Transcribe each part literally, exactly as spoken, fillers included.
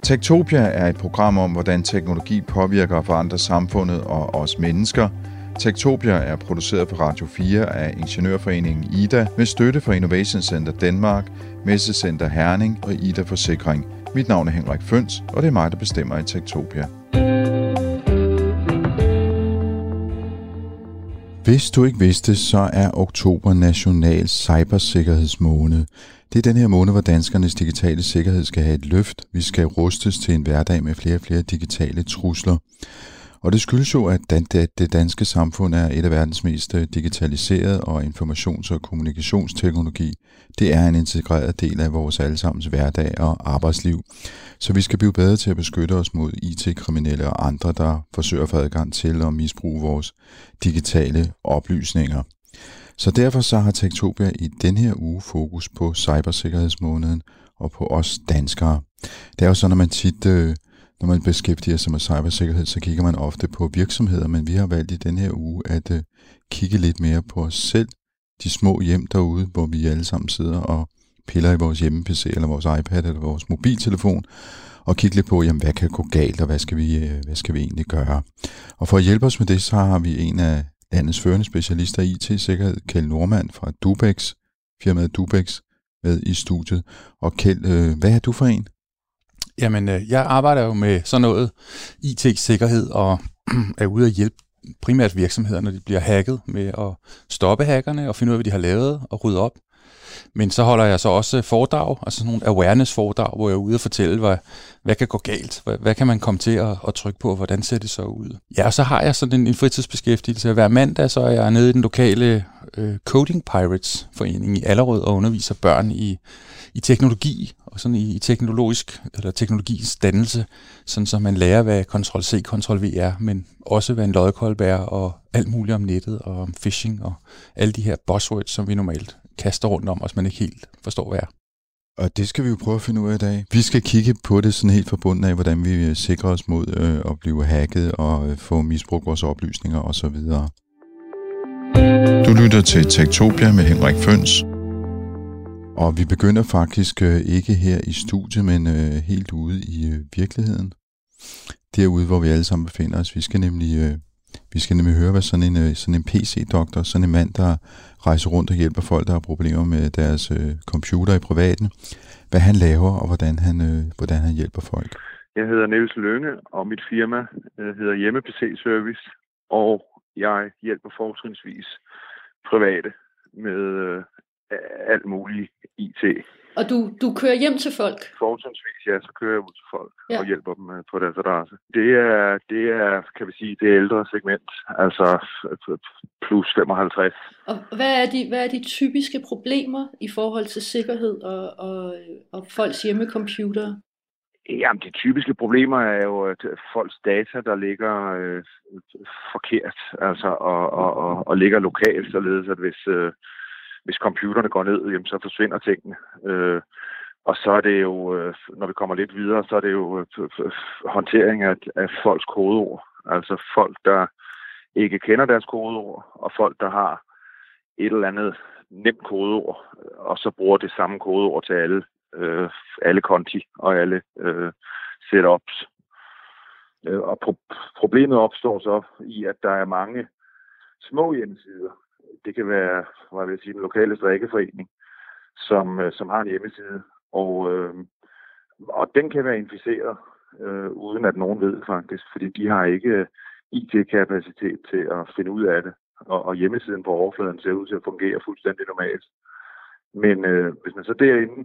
Techtopia er et program om, hvordan teknologi påvirker og forandrer samfundet og os mennesker. Techtopia er produceret på Radio fire af Ingeniørforeningen Ida med støtte fra Innovation Center Danmark, Messecenter Herning og Ida Forsikring. Mit navn er Henrik Føns, og det er mig, der bestemmer i Techtopia. Hvis du ikke vidste, så er oktober national cybersikkerhedsmåned. Det er den her måned, hvor danskernes digitale sikkerhed skal have et løft. Vi skal rustes til en hverdag med flere og flere digitale trusler. Og det skyldes jo, at det danske samfund er et af verdens mest digitaliserede, og informations- og kommunikationsteknologi, det er en integreret del af vores allesammens hverdag og arbejdsliv. Så vi skal blive bedre til at beskytte os mod I T-kriminelle og andre, der forsøger at få adgang til at misbruge vores digitale oplysninger. Så derfor så har Techtopia i den her uge fokus på cybersikkerhedsmåneden og på os danskere. Det er jo så, når man tit... Øh, Når man beskæftiger sig med cybersikkerhed, så kigger man ofte på virksomheder, men vi har valgt i den her uge at uh, kigge lidt mere på os selv, de små hjem derude, hvor vi alle sammen sidder og piller i vores hjemme-P C, eller vores iPad, eller vores mobiltelefon, og kigge lidt på, jamen, hvad kan gå galt, og hvad skal vi, uh, hvad skal vi egentlig gøre? Og for at hjælpe os med det, så har vi en af landets førende specialister i I T-sikkerhed, Kjeld Normann fra Dubex, firmaet Dubex, med i studiet. Og Kjeld, uh, hvad er du for en? Jamen, jeg arbejder jo med sådan noget I T-sikkerhed og er ude at hjælpe primært virksomheder, når de bliver hacket, med at stoppe hackerne og finde ud af, hvad de har lavet og rydde op. Men så holder jeg så også foredrag, altså sådan nogle awareness-foredrag, hvor jeg er ude og fortælle, hvad, hvad kan gå galt, hvad, hvad kan man komme til at, at trykke på, og hvordan ser det så ud. Ja, og så har jeg sådan en, en fritidsbeskæftigelse. Hver mandag så er jeg nede i den lokale øh, Coding Pirates forening i Allerød og underviser børn i i teknologi, og sådan i, i teknologisk, eller teknologiens dannelse, sådan så man lærer, hvad Ctrl C, Ctrl V er, men også hvad en loddekolb er, og alt muligt om nettet, og om phishing, og alle de her buzzwords, som vi normalt kaster rundt om, os man ikke helt forstår, hvad er. Og det skal vi jo prøve at finde ud af i dag. Vi skal kigge på det sådan helt forbundet af, hvordan vi sikrer os mod øh, at blive hacket, og øh, få misbrugt vores oplysninger osv. Du lytter til Techtopia med Henrik Føns. Og vi begynder faktisk øh, ikke her i studiet, men øh, helt ude i øh, virkeligheden. Derude, hvor vi alle sammen befinder os. Vi skal nemlig, øh, vi skal nemlig høre, hvad sådan en, øh, sådan en P C-doktor, sådan en mand, der rejser rundt og hjælper folk, der har problemer med deres øh, computer i privaten, hvad han laver, og hvordan han, øh, hvordan han hjælper folk. Jeg hedder Niels Lønge, og mit firma øh, hedder Hjemme-P C-service, og jeg hjælper fortrinsvis private med øh, alt muligt I T. Og du, du kører hjem til folk? Fortrinsvis, ja, så kører jeg ud til folk ja. og hjælper dem på deres adresse. Det er, det er, kan vi sige, det ældre segment, altså plus femoghalvtreds. Og hvad er de, hvad er de typiske problemer i forhold til sikkerhed og, og, og folks hjemmecomputere? Jamen, de typiske problemer er jo at folks data, der ligger øh, forkert, altså og, og, og, og ligger lokalt, således at hvis øh, Hvis computerne går ned, jamen, så forsvinder tingene. Øh, og så er det jo, øh, når vi kommer lidt videre, så er det jo øh, håndtering af, af folks kodeord. Altså folk, der ikke kender deres kodeord, og folk, der har et eller andet nemt kodeord, og så bruger det samme kodeord til alle, øh, alle konti og alle øh, setups. Øh, og pro- problemet opstår så i, at der er mange små hjemmesider. Det kan være, hvad jeg vil sige, den lokale strikkeforening, som, som har en hjemmeside, og, øh, og den kan være inficeret, øh, uden at nogen ved faktisk, fordi de har ikke I T-kapacitet til at finde ud af det, og, og hjemmesiden på overfladen ser ud til at fungere fuldstændig normalt. Men øh, hvis man så derinde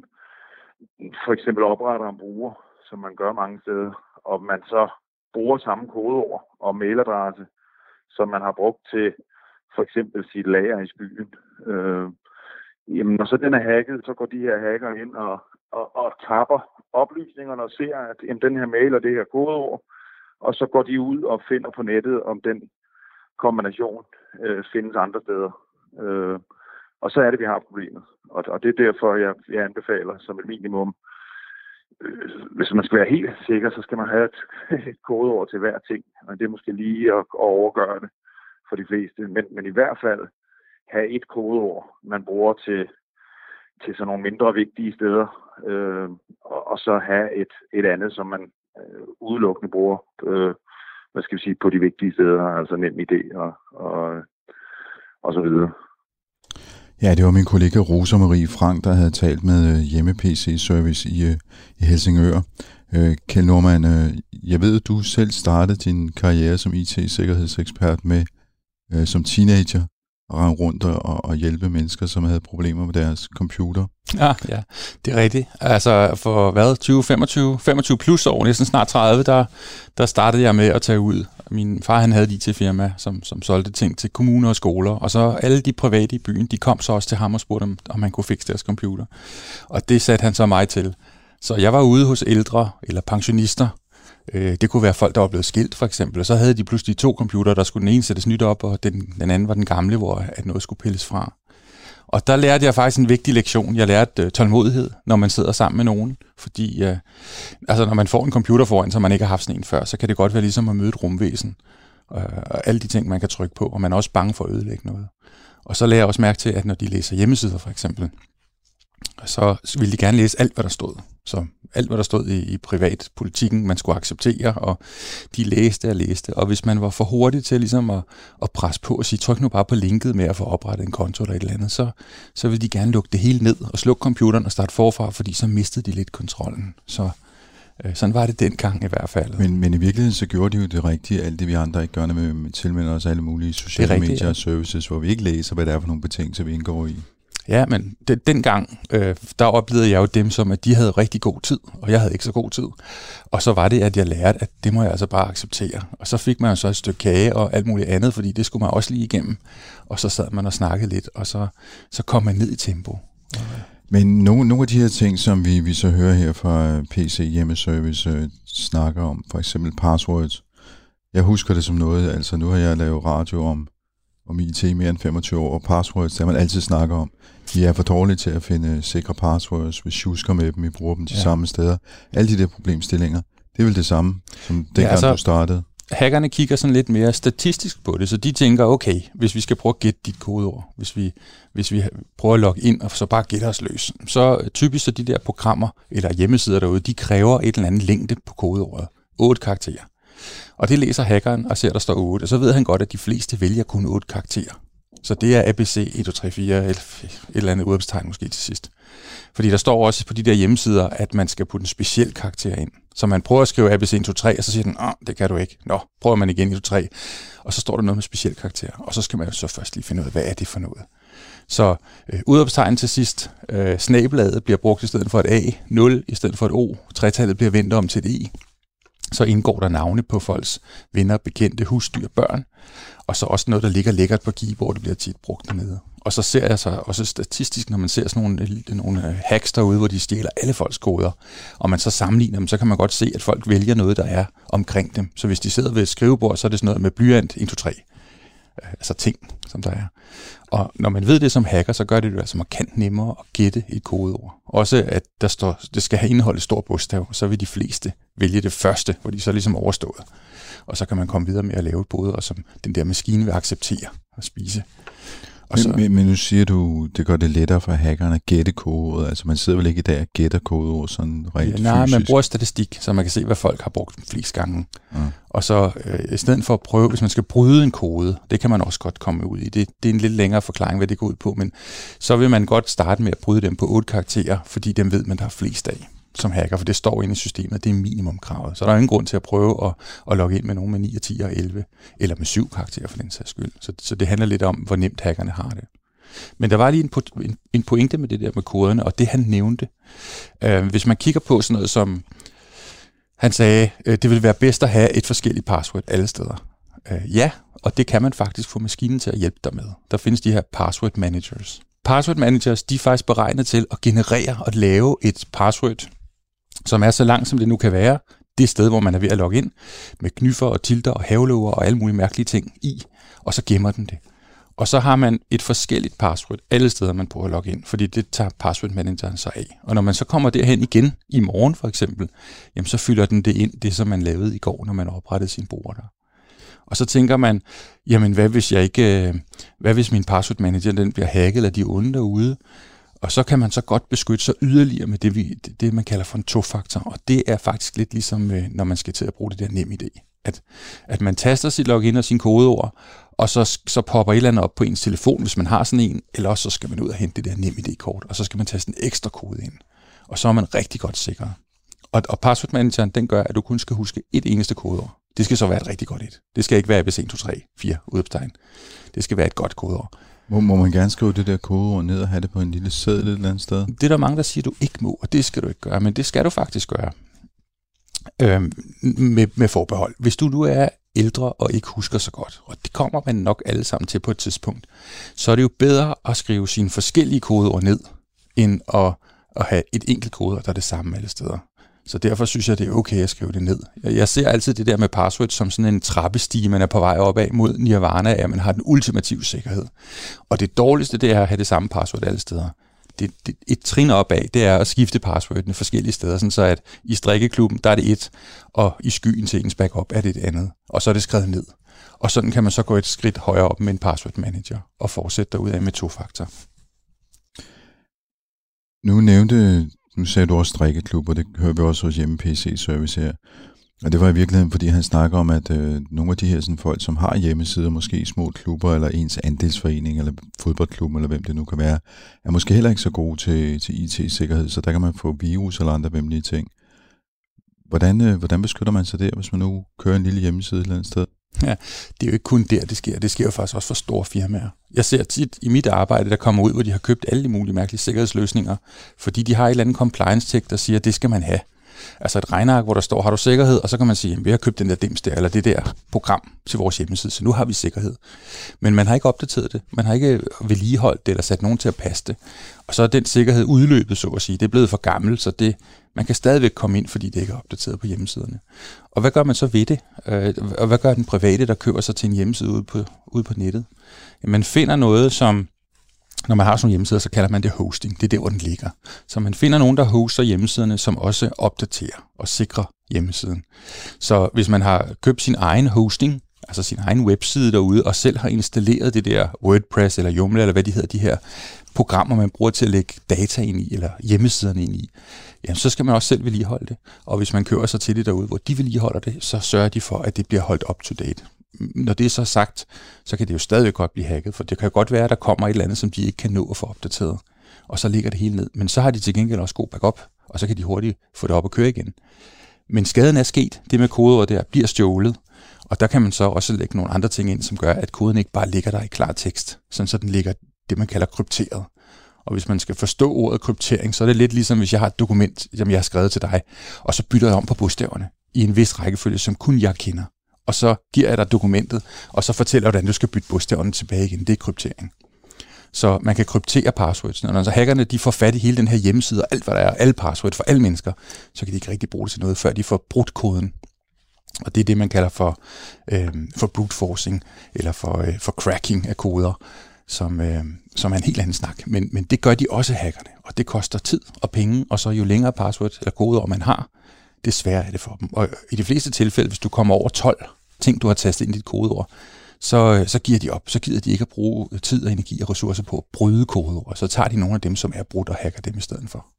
for eksempel opretter en bruger, som man gør mange steder, og man så bruger samme kodeord og mailadresse, som man har brugt til for eksempel sit lager i skyen. Øh, jamen, når så den er hacket, så går de her hacker ind og, og, og tapper oplysningerne og ser, at jamen, den her mail og det her kodeord, og så går de ud og finder på nettet, om den kombination øh, findes andre steder. Øh, og så er det, vi har problemet. Og, og det er derfor, jeg, jeg anbefaler som et minimum, øh, hvis man skal være helt sikker, så skal man have et, et kodeord til hver ting. Og det er måske lige at, at overgøre det for de fleste, men, men i hvert fald have et kodeord, man bruger til til sådan nogle mindre vigtige steder, øh, og, og så have et, et andet, som man øh, udelukkende bruger, øh, hvad skal vi sige, på de vigtige steder, altså NemID og, og, og så videre. Ja, det var min kollega Rosa Marie Frank, der havde talt med hjemme-P C-service i, i Helsingør. Øh, Kjeld Normann, øh, jeg ved, at du selv startede din karriere som I T-sikkerhedsekspert med øh, som teenager at rende rundt og, og hjælpe mennesker, som havde problemer med deres computer. Ja, ja, det er rigtigt. Altså for hvad, tyve, femogtyve, femogtyve plus år, næsten snart tredive, der, der startede jeg med at tage ud. Min far, han havde et I T-firma, som, som solgte ting til kommuner og skoler, og så alle de private i byen, de kom så også til ham og spurgte, om, om han kunne fikse deres computer. Og det satte han så mig til. Så jeg var ude hos ældre eller pensionister. Det kunne være folk, der var blevet skilt, for eksempel. Og så havde de pludselig to computere, der skulle den ene sættes nyt op, og den, den anden var den gamle, hvor at noget skulle pilles fra. Og der lærte jeg faktisk en vigtig lektion. Jeg lærte uh, tålmodighed, når man sidder sammen med nogen. Fordi uh, altså, når man får en computer foran, som man ikke har haft sådan en før, så kan det godt være ligesom at møde et rumvæsen. Uh, og alle de ting, man kan trykke på, og man er også bange for at ødelægge noget. Og så lærer jeg også mærke til, at når de læser hjemmesider, for eksempel, så ville de gerne læse alt, hvad der stod. Så alt, hvad der stod i, i privatpolitikken, man skulle acceptere, og de læste og læste. Og hvis man var for hurtig til ligesom at, at presse på og sige, tryk nu bare på linket med at få oprettet en konto eller et eller andet, så, så ville de gerne lukke det hele ned og slukke computeren og starte forfra, fordi så mistede de lidt kontrollen. Så øh, sådan var det dengang i hvert fald. Men, men i virkeligheden så gjorde de jo det rigtige, alt det vi andre ikke gør, med, med tilmelder os alle mulige sociale rigtigt, medier og services, hvor vi ikke læser, hvad det er for nogle betingelser, vi indgår i. Ja, men det, dengang, øh, der oplevede jeg jo dem som, at de havde rigtig god tid, og jeg havde ikke så god tid. Og så var det, at jeg lærte, at det må jeg altså bare acceptere. Og så fik man jo så et stykke kage og alt muligt andet, fordi det skulle man også lige igennem. Og så sad man og snakkede lidt, og så, så kom man ned i tempo. Men nogle, nogle af de her ting, som vi, vi så hører her fra P C Hjemmeservice øh, snakker om, for eksempel passwords. Jeg husker det som noget, altså nu har jeg lavet radio om, om I T i mere end femogtyve år, og passwords, der man altid snakker om. De er for dårlige til at finde sikre passwords, vi sjusker med dem, vi bruger dem de ja. samme steder. Alle de der problemstillinger, det er vel det samme, som dengang ja, altså, du startede. Hackerne kigger sådan lidt mere statistisk på det, så de tænker, okay, hvis vi skal prøve at gætte dit kodeord, hvis vi, hvis vi prøver at logge ind og så bare gætte os løs, så typisk så de der programmer eller hjemmesider derude, de kræver et eller andet længde på kodeordet. otte karakterer. Og det læser hackeren og ser, der står otte, og så ved han godt, at de fleste vælger kun otte karakterer. Så det er A B C et, to, tre, fire, et eller andet udopstegn måske til sidst. Fordi der står også på de der hjemmesider, at man skal putte en speciel karakter ind. Så man prøver at skrive A B C et, to, tre, og så siger den, åh, det kan du ikke. Nå, prøver man igen et, to, tre, og så står der noget med speciel karakter. Og så skal man jo så først lige finde ud af, hvad er det for noget. Så øh, udopstegn til sidst, øh, snabelaget bliver brugt i stedet for et A, nul i stedet for et O, tretallet bliver vendt om til et I. Så indgår der navne på folks venner, bekendte, husdyr, børn, og så også noget, der ligger lækkert på keyboardet, bliver tit brugt dernede. Og så ser jeg så også statistisk, når man ser sådan nogle, nogle hacks derude, hvor de stjæler alle folks koder, og man så sammenligner dem, så kan man godt se, at folk vælger noget, der er omkring dem. Så hvis de sidder ved et skrivebord, så er det sådan noget med blyant, et, to, tre. Altså ting, som der er. Og når man ved det som hacker, så gør det det altså markant nemmere at gætte et kodeord. Også at der står, det skal have indeholdt et stort bogstav, så vil de fleste vælge det første, hvor de så er ligesom overstået. Og så kan man komme videre med at lave et kodeord, som den der maskine vil acceptere og spise. Og så, men, men nu siger du, det gør det lettere for hackerne at gætte kodeordet. Altså man sidder vel ikke i dag og gætter kodeord sådan rent ja, nej, fysisk? Man bruger statistik, så man kan se, hvad folk har brugt flest gange. Ja. Og så øh, i stedet for at prøve, hvis man skal bryde en kode, det kan man også godt komme ud i. Det, det er en lidt længere forklaring, hvad det går ud på, men så vil man godt starte med at bryde dem på otte karakterer, fordi dem ved man, der er flest af som hacker, for det står inde i systemet, det er minimumkravet. Så der er ingen grund til at prøve at, at logge ind med nogen med ni, ti og elleve, eller med syv karakterer for den sags skyld. Så, så det handler lidt om, hvor nemt hackerne har det. Men der var lige en, en, en pointe med det der med koderne, og det han nævnte. Øh, hvis man kigger på sådan noget som, han sagde, øh, det ville være bedst at have et forskelligt password alle steder. Øh, ja, og det kan man faktisk få maskinen til at hjælpe dig med. Der findes de her password managers. Password managers, de er faktisk beregnet til at generere og lave et password, som er så langt, som det nu kan være, det sted, hvor man er ved at logge ind, med knyffer og tilter og havelåger og alle mulige mærkelige ting i, og så gemmer den det. Og så har man et forskelligt password alle steder, man prøver at logge ind, fordi det tager password manageren sig af. Og når man så kommer derhen igen i morgen for eksempel, jamen så fylder den det ind, det som man lavede i går, når man oprettede sin bruger der. Og så tænker man, jamen hvad hvis jeg ikke, hvad hvis min password manager den bliver hacket, eller de er onde derude? Og så kan man så godt beskytte sig yderligere med det, vi, det man kalder for en tofaktor. Og det er faktisk lidt ligesom, når man skal til at bruge det der NemID. At, at man taster sit login og sin kodeord, og så, så popper et eller andet op på ens telefon, hvis man har sådan en, eller også så skal man ud og hente det der NemID-kort, og så skal man taste en ekstra kode ind. Og så er man rigtig godt sikret. Og, og password manageren, den gør, at du kun skal huske et eneste kodeord. Det skal så være et rigtig godt et. Det skal ikke være A B C en, to, tre, fire udopstegn. Det skal være et godt kodeord. Må, må man gerne skrive det der kodeord ned og have det på en lille seddel et eller andet sted? Det er der mange, der siger, du ikke må, og det skal du ikke gøre, men det skal du faktisk gøre. Øhm, med, med forbehold. Hvis du nu er ældre og ikke husker så godt, og det kommer man nok alle sammen til på et tidspunkt, så er det jo bedre at skrive sine forskellige kodeord ned, end at, at have et enkelt kodeord, der er det samme alle steder. Så derfor synes jeg, det er okay at skrive det ned. Jeg ser altid det der med password som sådan en trappestige, man er på vej opad mod nirvana, at man har den ultimative sikkerhed. Og det dårligste, det er at have det samme password alle steder. Det, det, et trin opad, det er at skifte passwordene forskellige steder, sådan så at i strikkeklubben, der er det et, og i skyen til ens backup er det et andet, og så er det skrevet ned. Og sådan kan man så gå et skridt højere op med en password manager, og fortsætte derudad med to-faktor. Nu nævnte, nu sagde du også strikkeklub, og det hører vi også hos hjemme P C-service her. Og det var i virkeligheden, fordi han snakker om, at øh, nogle af de her sådan, folk, som har hjemmesider, måske små klubber, eller ens andelsforening, eller fodboldklub, eller hvem det nu kan være, er måske heller ikke så gode til, til I T-sikkerhed, så der kan man få virus eller andre vemmelige ting. Hvordan, øh, hvordan beskytter man sig der, hvis man nu kører en lille hjemmeside et eller andet sted? Ja, det er jo ikke kun der, det sker. Det sker jo faktisk også for store firmaer. Jeg ser tit i mit arbejde, der kommer ud, hvor de har købt alle de mulige mærkelige sikkerhedsløsninger, fordi de har et eller andet compliance-tjek, der siger, at det skal man have. Altså et regneark, hvor der står, har du sikkerhed? Og så kan man sige, at vi har købt den der dims der, eller det der program til vores hjemmeside, så nu har vi sikkerhed. Men man har ikke opdateret det. Man har ikke vedligeholdt det, eller sat nogen til at passe det. Og så er den sikkerhed udløbet, så at sige. Det er blevet for gammelt, så det, man kan stadigvæk komme ind, fordi det ikke er opdateret på hjemmesiderne. Og hvad gør man så ved det? Og hvad gør den private, der køber sig til en hjemmeside ude på, ude på nettet? Man finder noget, som... Når man har sådan en hjemmeside, så kalder man det hosting. Det er der, hvor den ligger. Så man finder nogen, der hoster hjemmesiderne, som også opdaterer og sikrer hjemmesiden. Så hvis man har købt sin egen hosting, altså sin egen webside derude, og selv har installeret det der WordPress eller Joomla, eller hvad de hedder, de her programmer, man bruger til at lægge data ind i, eller hjemmesiderne ind i, jamen, så skal man også selv vedligeholde det. Og hvis man køber sig til det derude, hvor de vedligeholder det, så sørger de for, at det bliver holdt up to date. Når det er så sagt, så kan det jo stadigvæk godt blive hacket, for det kan godt være, at der kommer et eller andet, som de ikke kan nå at få opdateret, og så ligger det hele ned. Men så har de til gengæld også god backup, og så kan de hurtigt få det op og køre igen. Men skaden er sket, det med kodeord der bliver stjålet, og der kan man så også lægge nogle andre ting ind, som gør, at koden ikke bare ligger der i klar tekst, sådan så den ligger det, man kalder krypteret. Og hvis man skal forstå ordet kryptering, så er det lidt ligesom, hvis jeg har et dokument, som jeg har skrevet til dig, og så bytter jeg om på bogstaverne i en vis rækkefølge, som kun jeg kender. Og så giver jeg dig dokumentet, og så fortæller jeg, hvordan du skal bytte bogstaverne tilbage igen. Det er kryptering. Så man kan kryptere passwords. Når så hackerne de får fat i hele den her hjemmeside, og alt hvad der er, alle passwords for alle mennesker, så kan de ikke rigtig bruge det til noget, før de får brudt koden. Og det er det, man kalder for, øh, for brute forcing, eller for, øh, for cracking af koder, som, øh, som er en helt anden snak. Men, men det gør de også hackerne, og det koster tid og penge, og så jo længere password eller koder man har, det sværere er det for dem. Og i de fleste tilfælde, hvis du kommer over tolv ting, du har tastet ind i dit kodeord, så, så giver de op. Så gider de ikke at bruge tid og energi og ressourcer på at bryde kodeord. Så tager de nogle af dem, som er brudt, og hacker dem i stedet for.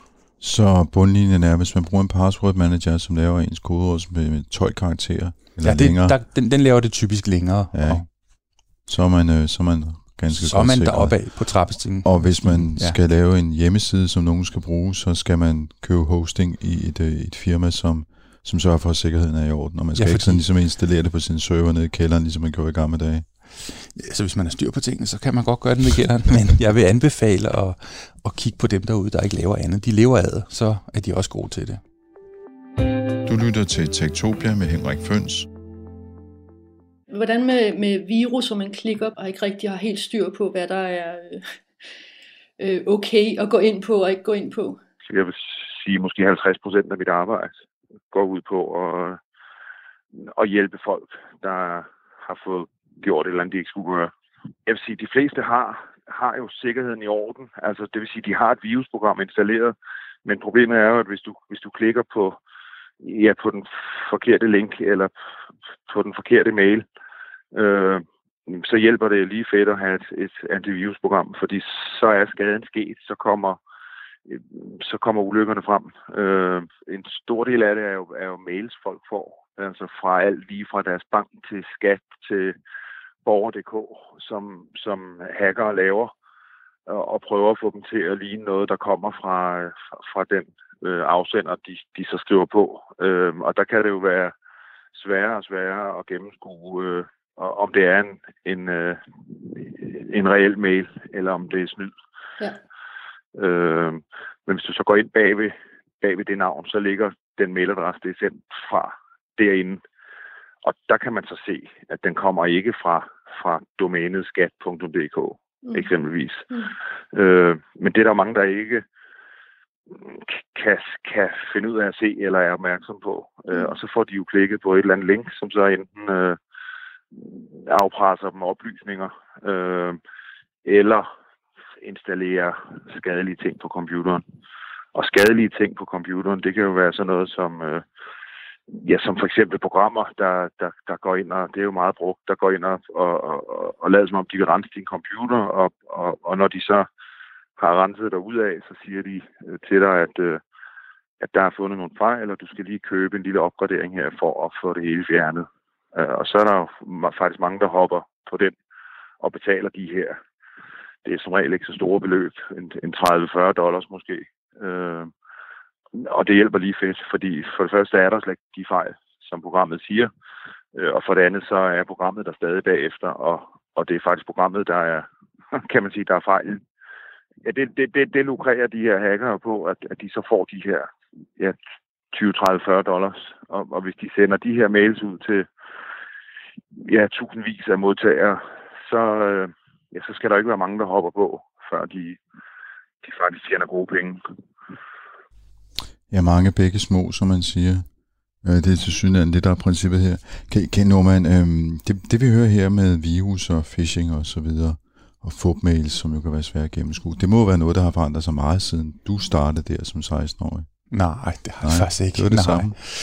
Så bundlinjen er, hvis man bruger en password manager, som laver ens kodeord med tolv karakterer, eller ja, det, længere. Der, den, den laver det typisk længere. Ja, og så er man, øh, så er man ganske så er man deroppe af på trappestigen. Og hvis man ja. skal lave en hjemmeside, som nogen skal bruge, så skal man købe hosting i et, et firma, som, som sørger for, at sikkerheden er i orden. Og man skal ja, fordi... ikke sådan ligesom installere det på sin server nede i kælderen, ligesom man gjorde i gamle dage. Ja, så hvis man har styr på tingene, så kan man godt gøre den ved kælderen. Men jeg vil anbefale at, at kigge på dem derude, der ikke laver andet. De lever af det, så er de også gode til det. Du lytter til Techtopia med Henrik Føns. Hvordan med, med virus, hvor man klikker og ikke rigtig har helt styr på, hvad der er øh, okay at gå ind på og ikke gå ind på? Jeg vil sige, måske halvtreds procent af mit arbejde går ud på at, at hjælpe folk, der har fået gjort et eller andet, de ikke skulle gøre. Jeg vil sige, de fleste har, har jo sikkerheden i orden. Altså, det vil sige, de har et virusprogram installeret, men problemet er jo, at hvis du, hvis du klikker på, ja, på den forkerte link eller på den forkerte mail, øh, så hjælper det lige fedt at have et, et antivirusprogram, fordi så er skaden sket, så kommer så kommer ulykkerne frem. Øh, en stor del af det er jo, er jo mails, folk får, altså fra alt lige fra deres bank til skat til borger punktum d k, som, som hackere laver, og, og prøver at få dem til at ligne noget, der kommer fra, fra den øh, afsender, de, de så skriver på. Øh, og der kan det jo være sværere og sværere at gennemskue, øh, om det er en, en, øh, en reel mail, eller om det er snyd. Ja. Øh, men hvis du så går ind bagved, bagved det navn, så ligger den mailadresse, det er sendt fra derinde. Og der kan man så se, at den kommer ikke fra, fra domænet skat punktum d k, mm. eksempelvis. Mm. Øh, men det er der mange, der ikke kan, kan finde ud af at se, eller er opmærksom på. Mm. Øh, og så får de jo klikket på et eller andet link, som så enten øh, afpresser dem oplysninger, øh, eller installerer skadelige ting på computeren. Og skadelige ting på computeren, det kan jo være sådan noget som, øh, ja, som for eksempel programmer, der, der, der går ind, og det er jo meget brugt, der går ind og, og, og, og lader som om, de vil rense din computer, og, og, og når de så har renset dig ud af, så siger de øh, til dig, at, øh, at der er fundet nogle fejl, og du skal lige købe en lille opgradering her for at få det hele fjernet. Øh, og så er der jo faktisk mange, der hopper på den og betaler de her. Det er som regel ikke så store beløb, en, en tredive til fyrre dollars måske. Øh, og det hjælper lige fedt, fordi for det første er der slet ikke de fejl, som programmet siger, øh, og for det andet så er programmet der stadig bagefter, og, og det er faktisk programmet, der er, kan man sige, der er fejl. Ja, det, det, det, det lukrerer de her hackere på, at, at de så får de her ja, tyve, tredive, fyrre dollars, og, og hvis de sender de her mails ud til ja, tusindvis af modtagere, så, øh, ja, så skal der ikke være mange, der hopper på, før de, de faktisk tjener gode penge. Ja, mange begge små, som man siger. Det er til synligheden det, der er princippet her. Kan, kan Norman, øhm, det, det vi hører her med virus og phishing og så videre, og fupmails, som jo kan være svært at gennemskue, det må være noget, der har forandret sig meget, siden du startede der som seksten-årig. Nej, det har jeg faktisk ikke. Det var det Nej.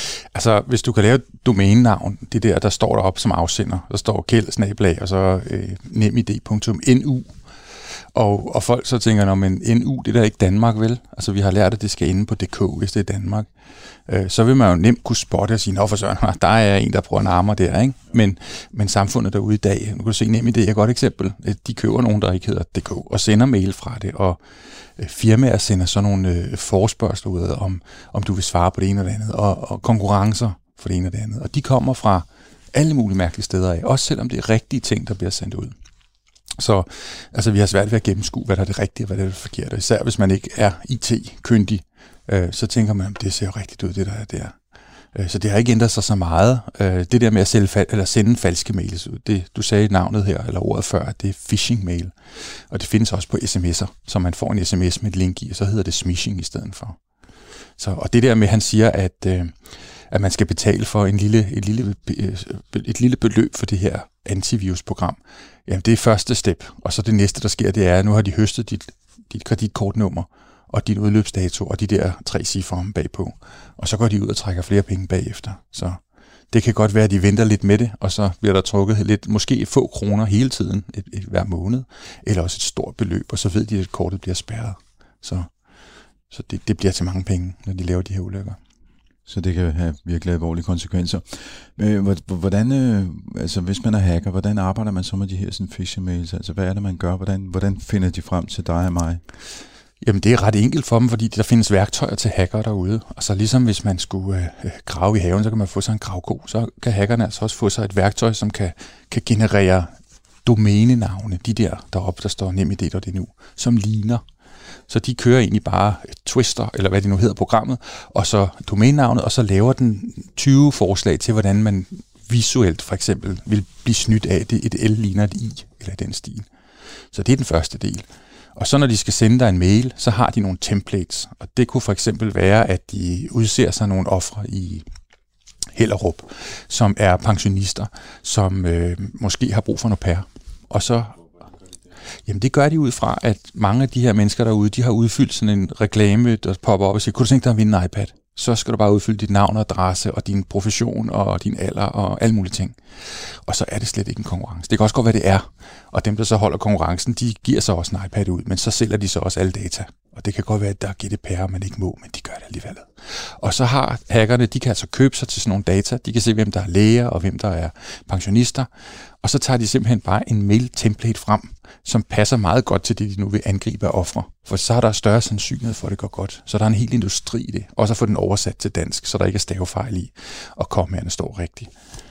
Så det kan have virkelig alvorlige konsekvenser. Hvordan, altså hvis man er hacker, hvordan arbejder man så med de her sådan phishing-mails? Altså hvad er det, man gør? Hvordan, hvordan finder de frem til dig og mig? Jamen det er ret enkelt for dem, fordi der findes værktøjer til hacker derude. Og så ligesom hvis man skulle øh, grave i haven, så kan man få sig en gravko. Så kan hackerne altså også få sig et værktøj, som kan, kan generere domænenavne, de der deroppe, der står nemid punktum n u, som ligner. Så de kører egentlig bare Twister, eller hvad det nu hedder, programmet, og så domænenavnet, og så laver den tyve forslag til, hvordan man visuelt for eksempel vil blive snydt af det. Et L ligner et I, eller den stil. Så det er den første del. Og så når de skal sende dig en mail, så har de nogle templates, og det kunne for eksempel være, at de udser sig nogle ofre i Hellerup, som er pensionister, som øh, måske har brug for noget pære. Og så Jamen det gør de ud fra, at mange af de her mennesker derude, de har udfyldt sådan en reklame, der popper op og siger, kunne du tænke dig at vinde en iPad? så skal du bare udfylde dit navn og adresse og din profession og din alder og alle mulige ting. Og så er det slet ikke en konkurrence. Det kan også godt være, det er. Og dem, der så holder konkurrencen, de giver så også en iPad ud, men så sælger de så også alle data. Og det kan godt være, at der er G D P R, man ikke må, men de gør det alligevel. Og så har hackerne, de kan altså købe sig til sådan nogle data. De kan se, hvem der er læger og hvem der er pensionister. Og så tager de simpelthen bare en mail-template frem, som passer meget godt til det, de nu vil angribe af ofre. For så er der større sandsynlighed for, at det går godt. Så der er en hel industri i det. Også at få den oversat til dansk, så der ikke er stavefejl i, og kommaerne står rigtigt.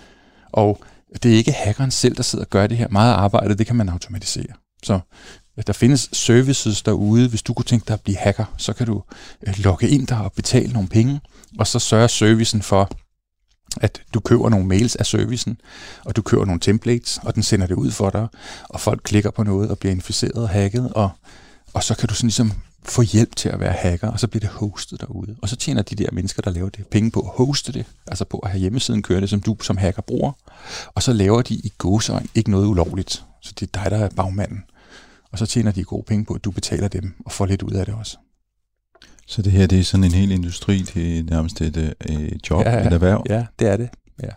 Og det er ikke hackeren selv, der sidder og gør det her. Meget arbejde, det kan man automatisere. Så der findes services derude. Hvis du kunne tænke dig at blive hacker, så kan du logge ind der og betale nogle penge, og så sørger servicen for, at du køber nogle mails af servicen, og du køber nogle templates, og den sender det ud for dig, og folk klikker på noget og bliver inficeret og hacket, og, og så kan du sådan ligesom få hjælp til at være hacker, og så bliver det hostet derude. Og så tjener de der mennesker, der laver det, penge på at hoste det, altså på at have hjemmesiden kørende, som du som hacker bruger, og så laver de i gåseøjne ikke noget ulovligt. Så det er dig, der er bagmanden. Og så tjener de gode penge på, at du betaler dem, og får lidt ud af det også. Så det her, det er sådan en hel industri, det er nærmest et, et job, ja, et erhverv? Ja, det er det, ja.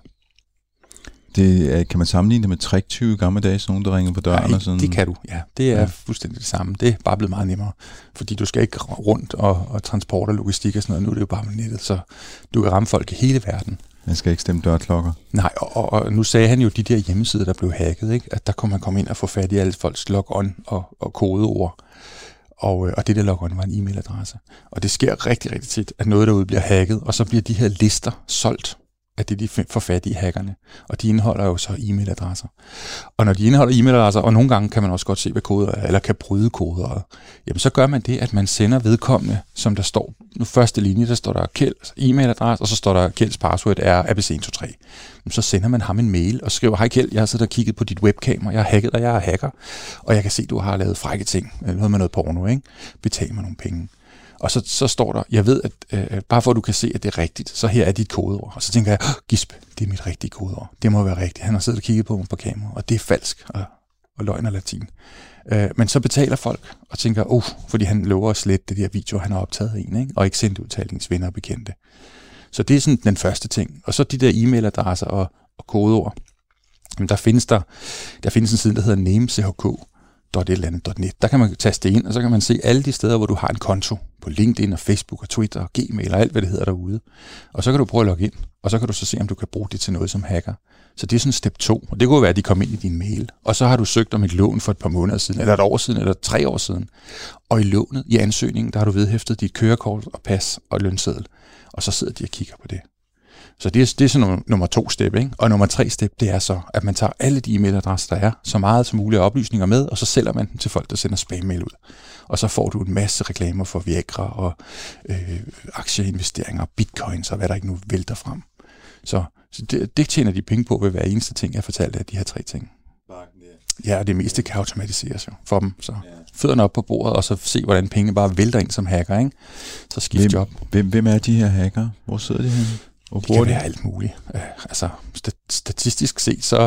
Det er, kan man sammenligne det med tricktyve gamle dage, så nogen, der ringer på døren? Nej, og sådan? det kan du, ja. Det er ja. fuldstændig det samme. Det er bare blevet meget nemmere, fordi du skal ikke rundt og, og transport og logistik og sådan noget. Nu er det jo bare med nettet, så du kan ramme folk i hele verden. Man skal ikke stemme dørklokker. Nej, og, og, og nu sagde han jo, de der hjemmesider, der blev hacket, ikke? At der kunne man komme ind og få fat i alle folks log-on og, og kodeord. Og, og det der log-on var en e-mailadresse. Og det sker rigtig, rigtig tit, at noget derude bliver hacket, og så bliver de her lister solgt af det, de får fat i hackerne. Og de indeholder jo så e-mailadresser. Og når de indeholder e-mailadresser, og nogle gange kan man også godt se, hvad koder er, eller kan bryde koder, jamen så gør man det, at man sender vedkommende, som der står, nu første linje, der står der Kjelds e-mailadresse, og så står der Kjelds password er A B C et to tre. Jamen, så sender man ham en mail og skriver, hej Kjeld, jeg har siddet og kigget på dit webkamera, jeg har hacket dig, jeg er hacker, og jeg kan se, du har lavet frække ting, noget med noget porno, ikke? Betal mig nogle penge. Og så, så står der, jeg ved, at øh, bare for at du kan se, at det er rigtigt, så her er dit kodeord. Og så tænker jeg, gisp, det er mit rigtige kodeord. Det må være rigtigt. Han har siddet og kigget på mig på kamera, og det er falsk og, og løgn og latin. Øh, men så betaler folk og tænker, uh, fordi han lover at slette det der video, han har optaget af en, ikke? Og ikke sendt ud til ens venner og bekendte. Så det er sådan den første ting. Og så de der e-mailadresser og, og kodeord. Jamen, der findes der, der findes en side, der hedder namechk. et eller andet net. Der kan man taste ind, og så kan man se alle de steder, hvor du har en konto på LinkedIn og Facebook og Twitter og Gmail og alt, hvad det hedder derude. Og så kan du prøve at logge ind, og så kan du så se, om du kan bruge det til noget som hacker. Så det er sådan step to, og det kunne være, at de kom ind i din mail, og så har du søgt om et lån for et par måneder siden, eller et år siden, eller tre år siden. Og i lånet, i ansøgningen, der har du vedhæftet dit kørekort og pas og lønseddel, og så sidder de og kigger på det. Så det er, det er sådan nummer, nummer to step, ikke? Og nummer tre step, det er så, at man tager alle de e-mailadresser, der er, så meget som muligt oplysninger med, og så sælger man dem til folk, der sender spam-mail ud. Og så får du en masse reklamer for Viagra og øh, aktieinvesteringer, bitcoins og hvad der ikke nu vælter frem. Så, så det, det tjener de penge på ved hver eneste ting, jeg fortalte af de her tre ting. Ja, og det meste kan automatiseres jo for dem. Så fødderne op på bordet, og så se, hvordan pengene bare vælter ind som hacker, ikke? Så skift hvem, job. Hvem, hvem er de her hacker? Hvor sidder de henne? Det kan være alt muligt. Uh, altså, statistisk set, så,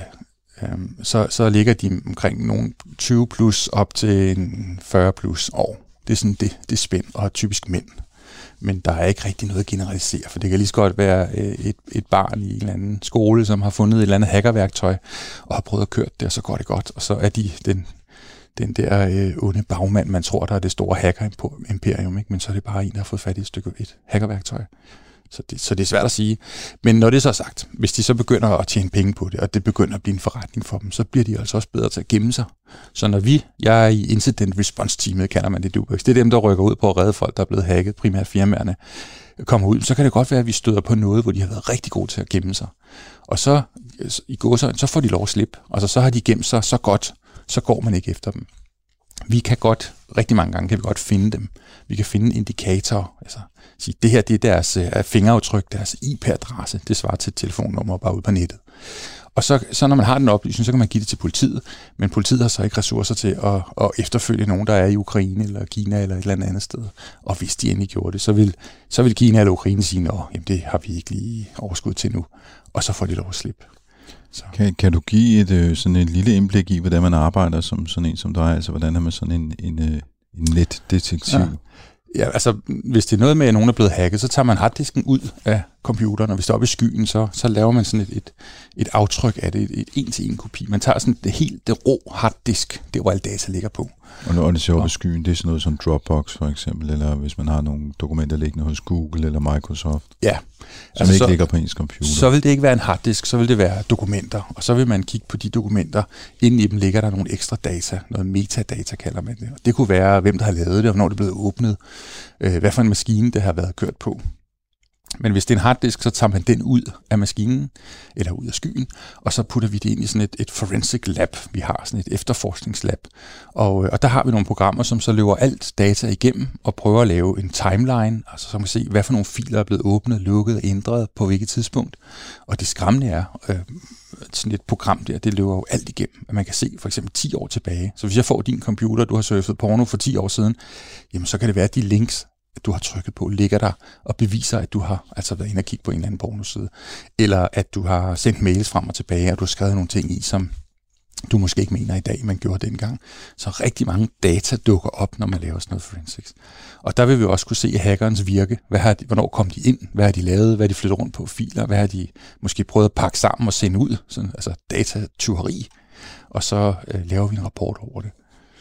uh, um, så, så ligger de omkring nogle tyve plus op til fyrre plus år. Det er sådan det, det spænd, og typisk mænd. Men der er ikke rigtig noget at generalisere, for det kan lige så godt være uh, et, et barn i en eller anden skole, som har fundet et eller andet hackerværktøj, og har prøvet at køre det, og så går det godt. Og så er de den, den der uh, onde bagmand, man tror, der er det store hacker-imperium, ikke? Men så er det bare en, der har fået fat i et stykke et hackerværktøj. Så det, så det er svært at sige. Men når det er så sagt, hvis de så begynder at tjene penge på det, og det begynder at blive en forretning for dem, så bliver de altså også bedre til at gemme sig. Så når vi, jeg er i incident response teamet, kalder man det, det er dem, der rykker ud på at redde folk, der er blevet hacket, primært firmaerne, kommer ud, så kan det godt være, at vi støder på noget, hvor de har været rigtig gode til at gemme sig. Og så i gåsøjne, så får de lov at slippe. Altså så har de gemt sig så godt, så går man ikke efter dem. Vi kan godt, rigtig mange gange kan vi godt finde dem. Vi kan finde indikatorer, altså sige, det her det er deres uh, fingeraftryk, deres I P-adresse, det svarer til et telefonnummer bare ude på nettet. Og så, så når man har den oplysning, så kan man give det til politiet, men politiet har så ikke ressourcer til at, at efterfølge nogen, der er i Ukraine eller Kina eller et eller andet andet sted. Og hvis de endelig gjorde det, så vil, så vil Kina eller Ukraine sige, at jamen, det har vi ikke lige overskud til nu, og så får de lov at slippe. Så. Kan, kan du give et, sådan et lille indblik i, hvordan man arbejder som sådan en som dig? Altså, hvordan er man sådan en, en, en netdetektiv? Ja. Ja, altså, hvis det er noget med, at nogen er blevet hacket, så tager man harddisken ud af computeren, og hvis det er oppe i skyen, så, så laver man sådan et, et, et aftryk af det, et, et en-til-en kopi. Man tager sådan det helt det rå harddisk, det hvor alle data ligger på. Og når det ser oppe i skyen, det er sådan noget som Dropbox for eksempel, eller hvis man har nogle dokumenter liggende hos Google eller Microsoft, ja. som altså, ikke så, ligger på ens computer. Så vil det ikke være en harddisk, så vil det være dokumenter, og så vil man kigge på de dokumenter. Inden i dem ligger der nogle ekstra data, noget metadata kalder man det. Og det kunne være, hvem der har lavet det, og hvornår det er blevet åbnet, øh, hvad for en maskine det har været kørt på. Men hvis det er en harddisk, så tager man den ud af maskinen, eller ud af skyen, og så putter vi det ind i sådan et, et forensic lab. Vi har sådan et efterforskningslab. Og, og der har vi nogle programmer, som så løber alt data igennem og prøver at lave en timeline, altså så man kan se, hvad for nogle filer er blevet åbnet, lukket og ændret på hvilket tidspunkt. Og det skræmmende er, øh, sådan et program der, det løber jo alt igennem. At man kan se for eksempel ti år tilbage. Så hvis jeg får din computer, du har surfet porno for ti år siden, jamen så kan det være, at de links, at du har trykket på, ligger der og beviser, at du har altså været inde og kigge på en eller anden pornoside. Eller at du har sendt mails frem og tilbage, og du har skrevet nogle ting i, som du måske ikke mener i dag, man gjorde dengang. Så rigtig mange data dukker op, når man laver sådan noget forensics. Og der vil vi også kunne se hackerens virke. Hvad har de, hvornår kom de ind? Hvad har de lavet? Hvad har de flyttet rundt på filer? Hvad har de måske prøvet at pakke sammen og sende ud? Sådan, altså datatyveri. Og så øh, laver vi en rapport over det.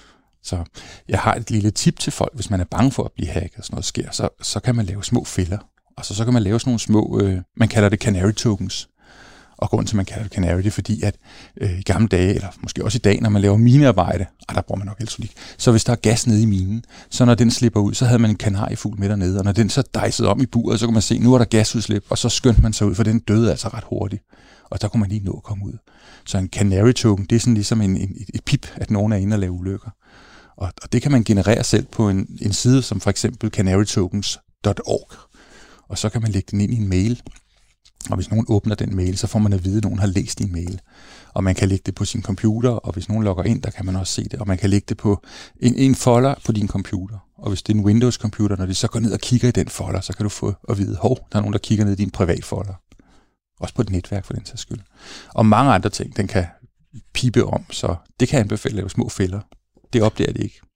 Så jeg har et lille tip til folk, hvis man er bange for at blive hacket og sådan noget sker, så, så kan man lave små fælder. Altså så kan man lave sådan nogle små, øh, man kalder det canary tokens. Og grunden til, at man kalder det canary, det er fordi, at øh, i gamle dage, eller måske også i dag, når man laver minearbejde, ah, der bruger man nok elektronik, så hvis der er gas nede i minen, så når den slipper ud, så havde man en kanariefugl med dernede, og når den så dejsede om i buret, så kunne man se, nu er der gasudslip, og så skyndte man sig ud, for den døde altså ret hurtigt. Og der kunne man lige nå at komme ud. Så en canary token, det er sådan ligesom en, en, et pip, at nogen er inde og lave ulykker. Og, og det kan man generere selv på en, en side, som for eksempel canary tokens punktum org. Og så kan man lægge den ind i en mail. Og hvis nogen åbner den mail, så får man at vide, at nogen har læst din mail. Og man kan lægge det på sin computer, og hvis nogen logger ind, der kan man også se det. Og man kan lægge det på en, en folder på din computer. Og hvis det er en Windows-computer, når de så går ned og kigger i den folder, så kan du få at vide, hov, der er nogen, der kigger ned i din privatfolder. Også på et netværk for den sags skyld. Og mange andre ting, den kan pipe om, så det kan anbefale at lave små fælder. Det opdager det ikke.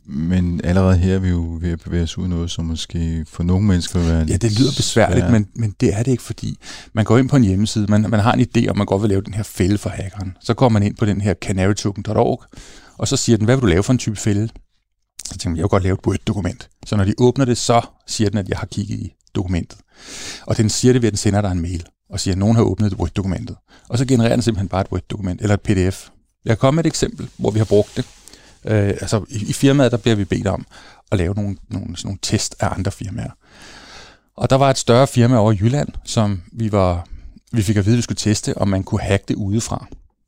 Men allerede her er vi jo ved at bevæge os ud noget, som måske for nogle mennesker vil være. Ja, det lyder besværligt, men, men det er det ikke, fordi man går ind på en hjemmeside, man, man har en idé om, man godt vil lave den her fælde for hackeren. Så går man ind på den her canary token punktum org, og så siger den, hvad vil du lave for en type fælde? Så tænker man, jeg vil godt lave et Word-dokument. Så når de åbner det, så siger den, at jeg har kigget i dokumentet. Og den siger det ved, at den sender dig en mail, og siger, at nogen har åbnet Word-dokumentet. Og så genererer den simpelthen bare et Word-dokument, eller et P D F. Jeg kan komme med et eksempel, hvor vi har brugt det. Øh, altså i, i firmaet, der bliver vi bedt om at lave nogle, nogle, sådan nogle test af andre firmaer. Og der var et større firma over i Jylland, som vi, var, vi fik at vide, at vi skulle teste, om man kunne hacke det udefra.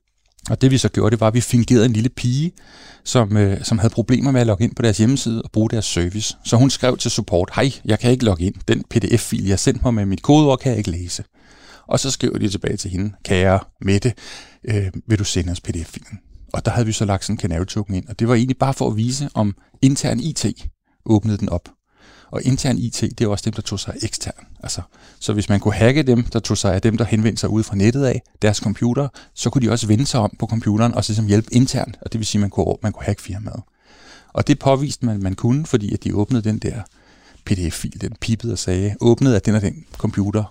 Og det vi så gjorde, det var, at vi fingerede en lille pige, som, øh, som havde problemer med at logge ind på deres hjemmeside og bruge deres service. Så hun skrev til support, hej, jeg kan ikke logge ind. Den P D F-fil, jeg sendte mig med mit kodeord, kan jeg ikke læse. Og så skriver de tilbage til hende, kære Mette, øh, vil du sende os P D F-filen? Og der havde vi så lagt sådan en canary token ind, og det var egentlig bare for at vise, om intern I T åbnede den op. Og intern I T, det er også dem, der tog sig af ekstern. Altså, så hvis man kunne hacke dem, der tog sig af dem, der henvendte sig ude fra nettet af, deres computer, så kunne de også vende sig om på computeren og så ligesom hjælpe internt, og det vil sige, at man kunne, man kunne hacke firmaet. Og det påviste man, man kunne, fordi at de åbnede den der P D F-fil, den pipede og sagde, åbnede af den og den computer.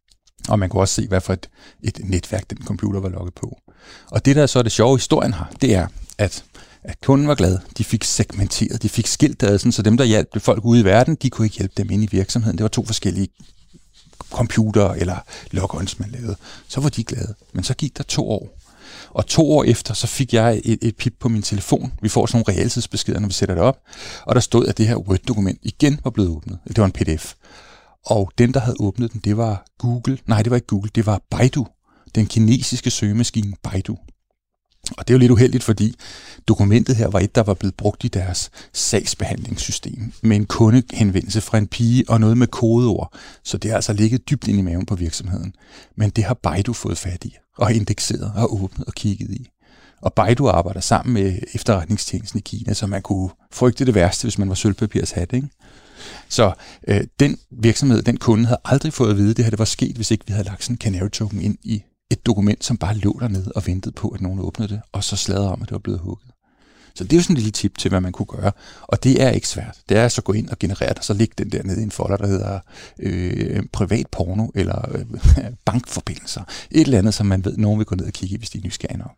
Og man kunne også se, hvad for et, et netværk den computer var logget på. Og det, der så er det sjove historien her, det er, at, at kunden var glad. De fik segmenteret, de fik skilt ad, så dem, der hjalp folk ude i verden, de kunne ikke hjælpe dem ind i virksomheden. Det var to forskellige computere eller logons, man lavede. Så var de glade. Men så gik der to år. Og to år efter, så fik jeg et, et pip på min telefon. Vi får sådan nogle realtidsbeskeder, når vi sætter det op. Og der stod, at det her Word-dokument igen var blevet åbnet. Det var en P D F. Og den, der havde åbnet den, det var Google. Nej, det var ikke Google, det var Baidu. Den kinesiske søgemaskine Baidu. Og det er jo lidt uheldigt, fordi dokumentet her var et, der var blevet brugt i deres sagsbehandlingssystem med en kundehenvendelse fra en pige og noget med kodeord. Så det har altså ligget dybt ind i maven på virksomheden. Men det har Baidu fået fat i og indekseret og åbnet og kigget i. Og Baidu arbejder sammen med efterretningstjenesten i Kina, så man kunne frygte det værste, hvis man var sølvpapirshat, ikke? Så øh, den virksomhed, den kunde, havde aldrig fået at vide, at det her det var sket, hvis ikke vi havde lagt sådan en canary token ind i et dokument, som bare lå dernede og ventede på, at nogen åbnede det, og så sladrede om, at det var blevet hugget. Så det er jo sådan en lille tip til, hvad man kunne gøre. Og det er ikke svært. Det er så at gå ind og generere det, og så lægge den der nede i en folder, der hedder øh, privat porno, eller øh, bankforbindelser. Et eller andet, som man ved, nogen vil gå ned og kigge i, hvis de er nysgerrige nok.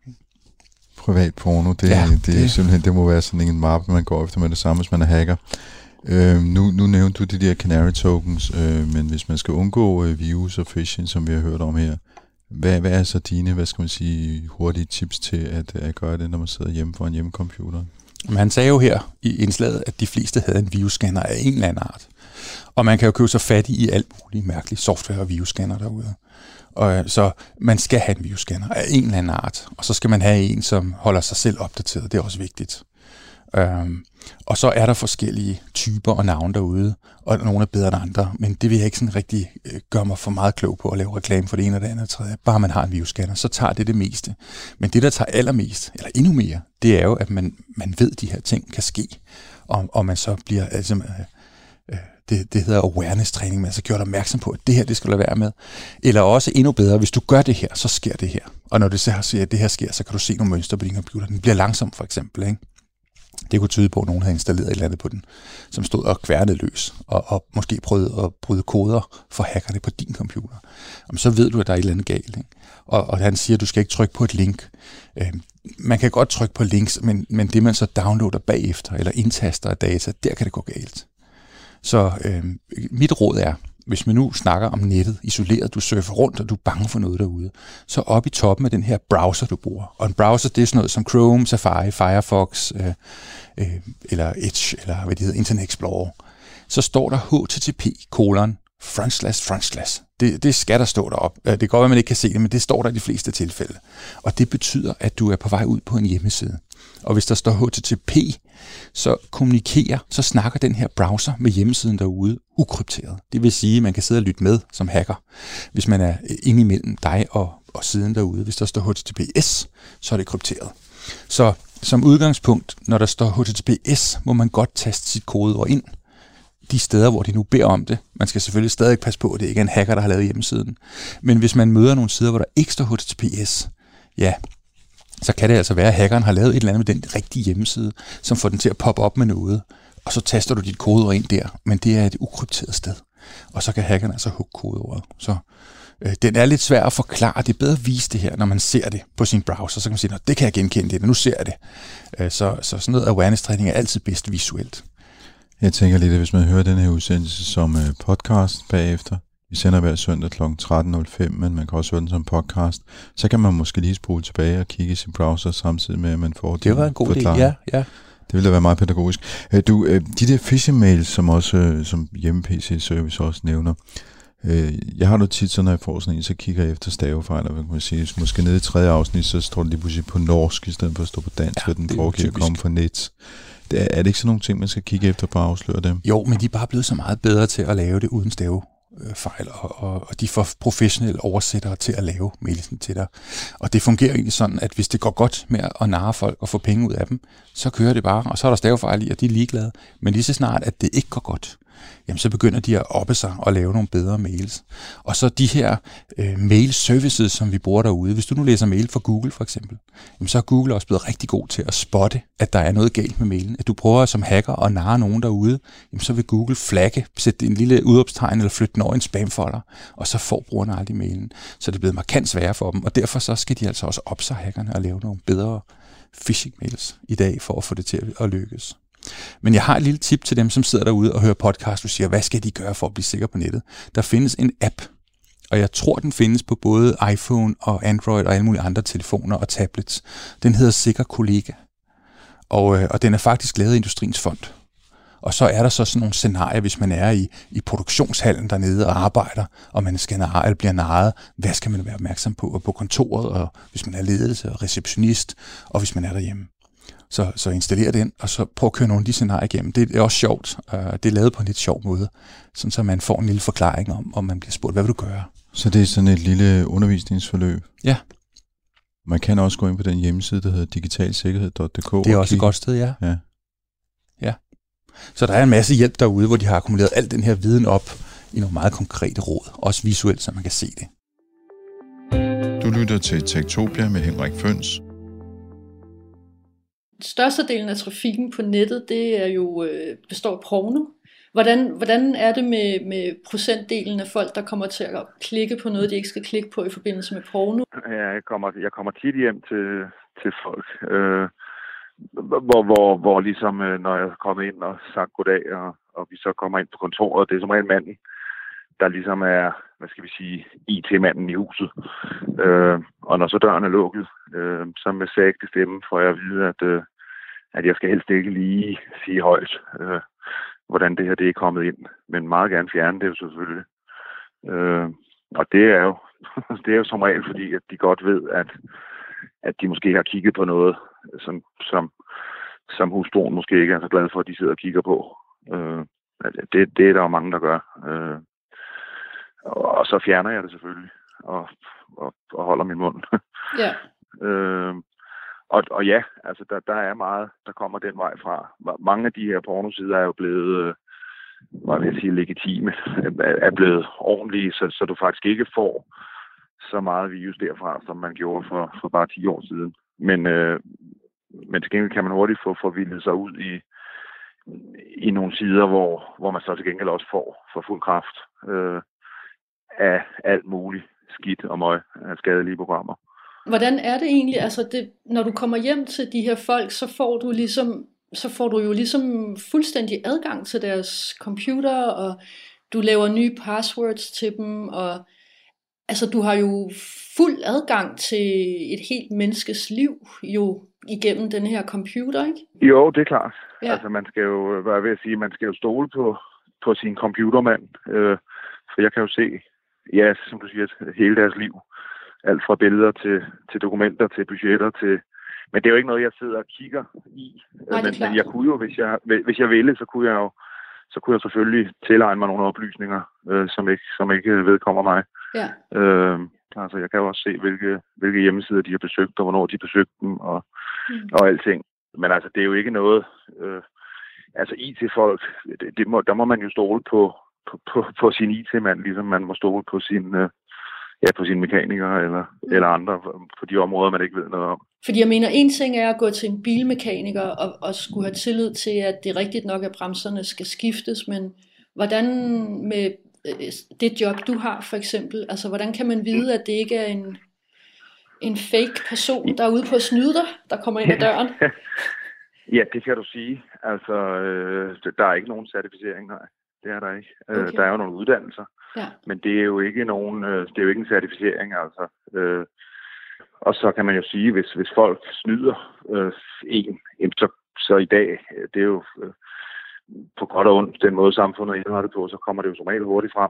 Privat porno, det, ja, det, det, det. simpelthen, det må være sådan en mappe, man går efter med det samme, hvis man er hacker. Øh, nu, nu nævnte du de der canary tokens, øh, men hvis man skal undgå øh, virus og phishing, som vi har hørt om her, hvad, hvad er så dine, hvad skal man sige, hurtige tips til at, at gøre det, når man sidder hjemme for en hjemmecomputer? Man sagde jo her i indslaget, at de fleste havde en virusscanner af en eller anden art. Og man kan jo købe sig fat i alt muligt mærkeligt software og virusscanner derude. Og, så man skal have en virusscanner af en eller anden art, og så skal man have en, som holder sig selv opdateret. Det er også vigtigt. Øhm, og så er der forskellige typer og navne derude, og nogle er bedre end andre, men det vil jeg ikke sådan rigtig øh, gøre mig for meget klog på at lave reklame for det ene og det andet og tredje. Bare man har en virusscanner, så tager det det meste. Men det, der tager allermest, eller endnu mere, det er jo, at man, man ved, at de her ting kan ske, og, og man så bliver, altså, øh, øh, det, det hedder awareness-træning, man så gjort opmærksom på, at det her, det skal du lade være med. Eller også endnu bedre, hvis du gør det her, så sker det her. Og når det så siger, at det her sker, så kan du se nogle mønstre på din computer. Den bliver langsom, for eksempel, ikke? Det kunne tyde på, at nogen havde installeret et eller andet på den, som stod og kværnede løs, og, og måske prøvede at bryde koder for hackerne på din computer. Jamen, så ved du, at der er et eller andet galt. Ikke? Og, og han siger, at du skal ikke trykke på et link. Øh, man kan godt trykke på links, men, men det man så downloader bagefter, eller indtaster af data, der kan det gå galt. Så øh, mit råd er, hvis man nu snakker om nettet isoleret, du surfer rundt, og du er bange for noget derude, så op i toppen af den her browser, du bruger. Og en browser, det er sådan noget som Chrome, Safari, Firefox, øh, øh, eller Edge, eller hvad det hedder, Internet Explorer. Så står der H T T P kolon front slash front slash. Det, det skal der stå derop. Det kan godt være, man ikke kan se det, men det står der i de fleste tilfælde. Og det betyder, at du er på vej ud på en hjemmeside. Og hvis der står H T T P, så kommunikerer, så snakker den her browser med hjemmesiden derude ukrypteret. Det vil sige, at man kan sidde og lytte med som hacker, hvis man er inde imellem dig og, og siden derude. Hvis der står H T T P S, så er det krypteret. Så som udgangspunkt, når der står H T T P S, må man godt taste sit kodeord ind de steder, hvor de nu beder om det. Man skal selvfølgelig stadig passe på, at det ikke er en hacker, der har lavet hjemmesiden. Men hvis man møder nogle sider, hvor der ikke står H T T P S, ja, så kan det altså være, at hackeren har lavet et eller andet med den rigtige hjemmeside, som får den til at poppe op med noget, og så taster du dit kodeord ind der, men det er et ukrypteret sted. Og så kan hackeren altså hugge kodeordet. Så øh, den er lidt svær at forklare. Det er bedre at vise det her, når man ser det på sin browser. Så kan man sige, det kan jeg genkende det, nu ser jeg det. Øh, så, så sådan noget awareness-træning er altid bedst visuelt. Jeg tænker lidt, at hvis man hører den her udsendelse som øh, podcast bagefter, vi sender hver søndag klokken tretten nul fem, men man kan også høre den som podcast, så kan man måske lige spole tilbage og kigge i sin browser samtidig med, at man får det. Det var en god idé, ja, ja. Det ville da være meget pædagogisk. Du, de der phishing-mails, som også som hjemme-P C-service også nævner, jeg har nu tit, så når jeg får sådan en, så kigger jeg efter stavefejl, og hvad kan man sige, måske nede i tredje afsnit, så står det lige pludselig på norsk, i stedet for at stå på dansk, ja, og den foregiver at komme fra net. Det er, er det ikke sådan nogle ting, man skal kigge efter på at afsløre dem? Jo, men de er bare blevet så meget bedre til at lave det uden stavefejl, og, og, og de får professionelle oversættere til at lave mailsen til dig. Og det fungerer egentlig sådan, at hvis det går godt med at narre folk og få penge ud af dem, så kører det bare, og så er der stavefejl i, og de er ligeglade. Men lige så snart, at det ikke går godt, jamen så begynder de at oppe sig og lave nogle bedre mails. Og så de her øh, mail-services, som vi bruger derude. Hvis du nu læser mail fra Google for eksempel, jamen så er Google også blevet rigtig god til at spotte, at der er noget galt med mailen. At du prøver som hacker at narre nogen derude, jamen så vil Google flagge, sætte en lille udopstegn eller flytte den over en spamfolder, og så får brugerne aldrig mailen. Så det er blevet markant sværere for dem, og derfor så skal de altså også oppe sig hackerne og lave nogle bedre phishing-mails i dag, for at få det til at lykkes. Men jeg har et lille tip til dem, som sidder derude og hører podcast, og siger, hvad skal de gøre for at blive sikre på nettet? Der findes en app, og jeg tror, den findes på både iPhone og Android og alle mulige andre telefoner og tablets. Den hedder Sikker Kollega, og, og den er faktisk lavet af Industriens Fond. Og så er der så sådan nogle scenarier, hvis man er i, i produktionshallen dernede og arbejder, og man skal narre, eller bliver narret. Hvad skal man være opmærksom på? Og på kontoret, og hvis man er ledelse og receptionist, og hvis man er derhjemme. Så, så installér den, og så prøv at køre nogle af de scenarier igennem. Det er også sjovt. Det er lavet på en lidt sjov måde, sådan så man får en lille forklaring om, om man bliver spurgt, hvad vil du gøre? Så det er sådan et lille undervisningsforløb? Ja. Man kan også gå ind på den hjemmeside, der hedder digitalsikkerhed punktum d k. Det er også et godt sted, ja. ja. Ja. Så der er en masse hjælp derude, hvor de har akkumuleret al den her viden op i nogle meget konkrete råd, også visuelt, så man kan se det. Du lytter til Techtopia med Henrik Føns. størstedelen af trafikken på nettet, det er jo øh, består af porno. Hvordan, hvordan er det med, med procentdelen af folk, der kommer til at klikke på noget, de ikke skal klikke på i forbindelse med porno? Ja, jeg kommer, jeg kommer tit hjem til, til folk, øh, hvor, hvor, hvor ligesom, når jeg kommer ind og sagt goddag, og, og vi så kommer ind på kontoret, det er som regel manden, der ligesom er, hvad skal vi sige, I T-manden i huset. Øh, og når så døren er lukket, øh, så med sagte stemme får jeg at vide, at, øh, at jeg skal helst ikke lige sige højt, øh, hvordan det her det er kommet ind. Men meget gerne fjerne det jo selvfølgelig. Øh, og det er jo, det er jo som regel, fordi at de godt ved, at, at de måske har kigget på noget, som, som, som hustruen måske ikke er så glad for, at de sidder og kigger på. Øh, det, det er der jo mange, der gør. Øh, Og så fjerner jeg det selvfølgelig, og, og, og holder min mund. Ja. øh, og, og ja, altså der, der er meget, der kommer den vej fra. Mange af de her pornosider er jo blevet, hvad vil jeg sige, legitime, er blevet ordentlige, så, så du faktisk ikke får så meget virus derfra, som man gjorde for, for bare ti år siden. Men, øh, men til gengæld kan man hurtigt få forvildet sig ud i, i nogle sider, hvor, hvor man så til gengæld også får for fuld kraft. Øh, af alt muligt skidt og møg af skadelige programmer. Hvordan er det egentlig, altså det, når du kommer hjem til de her folk, så får du ligesom, så får du jo ligesom fuldstændig adgang til deres computer, og du laver nye passwords til dem, og altså du har jo fuld adgang til et helt menneskes liv jo igennem den her computer, ikke? Jo, det er klart. Ja. Altså man skal jo, hvad jeg vil sige, man skal jo stole på, på sin computermand, øh, for jeg kan jo se, ja, som du siger, hele deres liv. Alt fra billeder til, til dokumenter, til budgetter, til... Men det er jo ikke noget, jeg sidder og kigger i. Nej, men, men jeg kunne jo, hvis jeg, hvis jeg ville, så kunne jeg jo så kunne jeg selvfølgelig tilegne mig nogle oplysninger, øh, som, ikke, som ikke vedkommer mig. Ja. Øh, altså, jeg kan jo også se, hvilke, hvilke hjemmesider de har besøgt, og hvornår de besøgte dem, og, mm. og alting. Men altså, det er jo ikke noget... Øh, altså, I T-folk, det, det må, der må man jo stole på, På, på, på sin I T-mand, ligesom man må stole på sin, øh, ja, på sine mekanikere eller, mm. eller andre på de områder, man ikke ved noget om. Fordi jeg mener, en ting er at gå til en bilmekaniker og, og skulle have tillid til, at det er rigtigt nok, at bremserne skal skiftes, men hvordan med øh, det job, du har for eksempel, altså hvordan kan man vide, at det ikke er en, en fake person, der er ude på at snyde dig, der kommer ind ad døren? Ja, det kan du sige. Altså, øh, der er ikke nogen certificering, nej. Det er der ikke. Okay. Der er jo nogle uddannelser, ja. Men det er jo ikke nogen, det er jo ikke en certificering, altså. Øh, og så kan man jo sige, hvis hvis folk snyder øh, en, så så i dag, det er jo øh, på godt og ondt den måde samfundet er indrettet på, så kommer det jo som regel hurtigt frem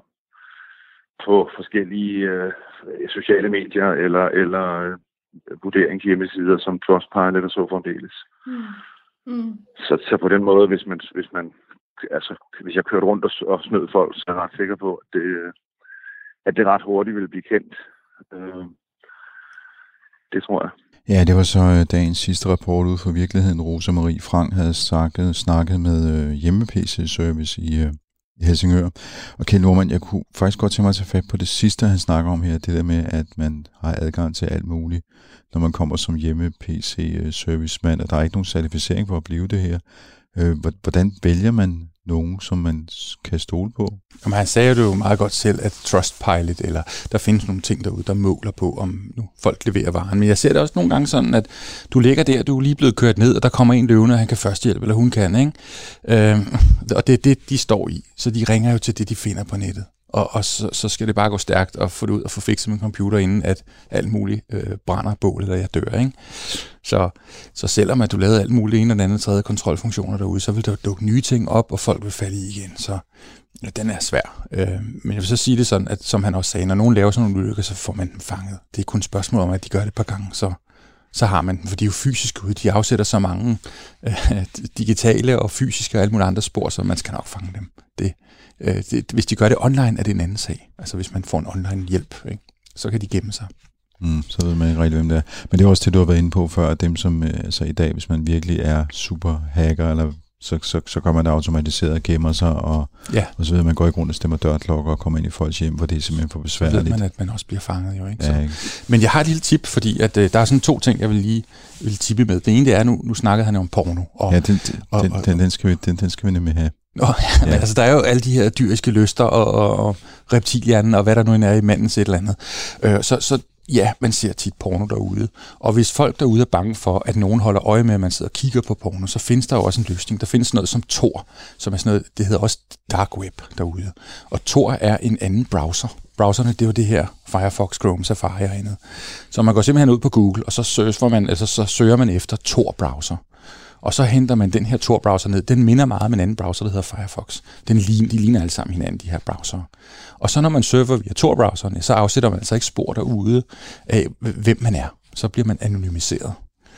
på forskellige øh, sociale medier eller eller øh, vurderingshjemmesider som Trustpilot og så fremdeles. Mm. Mm. Så så på den måde, hvis man hvis man altså, hvis jeg kørte rundt og, og snød folk, så er jeg ret sikker på, at det, at det ret hurtigt ville blive kendt. Øh, det tror jeg. Ja, det var så dagens sidste rapport ud fra virkeligheden. Rosa Marie Frank havde snakket, snakket med øh, hjemme-P C-service i, øh, i Helsingør. Og Kjeld Normann, jeg kunne faktisk godt tænke mig at tage fat på det sidste, han snakker om her. Det der med, at man har adgang til alt muligt, når man kommer som hjemme-P C-servicemand, og der er ikke nogen certificering for at blive det her. Hvordan vælger man nogen, som man kan stole på? Jamen, han sagde det jo meget godt selv, at Trustpilot, eller der findes nogle ting derude, der måler på, om nu folk leverer varen. Men jeg ser det også nogle gange sådan, at du ligger der, du er lige blevet kørt ned, og der kommer en løvende, og han kan førstehjælpe, eller hun kan, ikke? Øhm, og det er det, de står i. Så de ringer jo til det, de finder på nettet. Og, og så, så skal det bare gå stærkt og få det ud og få fikset min computer, inden at alt muligt øh, brænder bål, eller jeg dør, ikke? Så, så selvom at du lavede alt muligt, en eller anden tredje kontrolfunktioner derude, så vil der dukke nye ting op, og folk vil falde i igen. Så ja, den er svær. Øh, men jeg vil så sige det sådan, at som han også sagde, når nogen laver sådan nogle ulykker, så får man dem fanget. Det er kun et spørgsmål om, at de gør det et par gange, så, så har man dem. For de er jo fysiske ud. De afsætter så mange øh, digitale og fysiske og alle mulige andre spor, så man skal nok fange dem. Det, øh, det, hvis de gør det online, er det en anden sag. Altså hvis man får en online hjælp, ikke? Så kan de gemme sig. Mm, så ved man ikke rigtig, hvem det er. Men det er også det, du har været inde på før, at dem som, altså i dag, hvis man virkelig er super hacker, eller så, så, så kommer det automatiseret og gemmer sig, og, ja. og så ved man går ikke rundt og stemmer dørklokker og kommer ind i folks hjem, hvor det er simpelthen for besværligt. Så ved man, at man også bliver fanget jo, ikke? Ja, ikke? Men jeg har et lille tip, fordi at, øh, der er sådan to ting, jeg vil lige vil tippe med. Det ene, det er, nu, nu snakkede han om porno. Og, ja, den, den, og, og, den, den, skal vi, den, den skal vi nemlig have. Nå, ja, men altså, der er jo alle de her dyriske lyster og, og, og reptilhjernen og hvad der nu end er i mandens et eller andet. Øh, så, så ja, man ser tit porno derude. Og hvis folk derude er bange for, at nogen holder øje med, at man sidder og kigger på porno, så findes der jo også en løsning. Der findes noget som Tor, som er sådan noget, det hedder også dark web derude. Og Tor er en anden browser. Browserne, det er jo det her Firefox, Chrome, Safari og andet. Så man går simpelthen ud på Google, og så søger man, altså, så søger man efter Tor-browser. Og så henter man den her Tor-browser ned. Den minder meget om en anden browser, der hedder Firefox. Den ligner, de ligner alle sammen hinanden, de her browser. Og så når man surfer via Tor-browserne, så afsætter man altså ikke spor derude af, hvem man er. Så bliver man anonymiseret.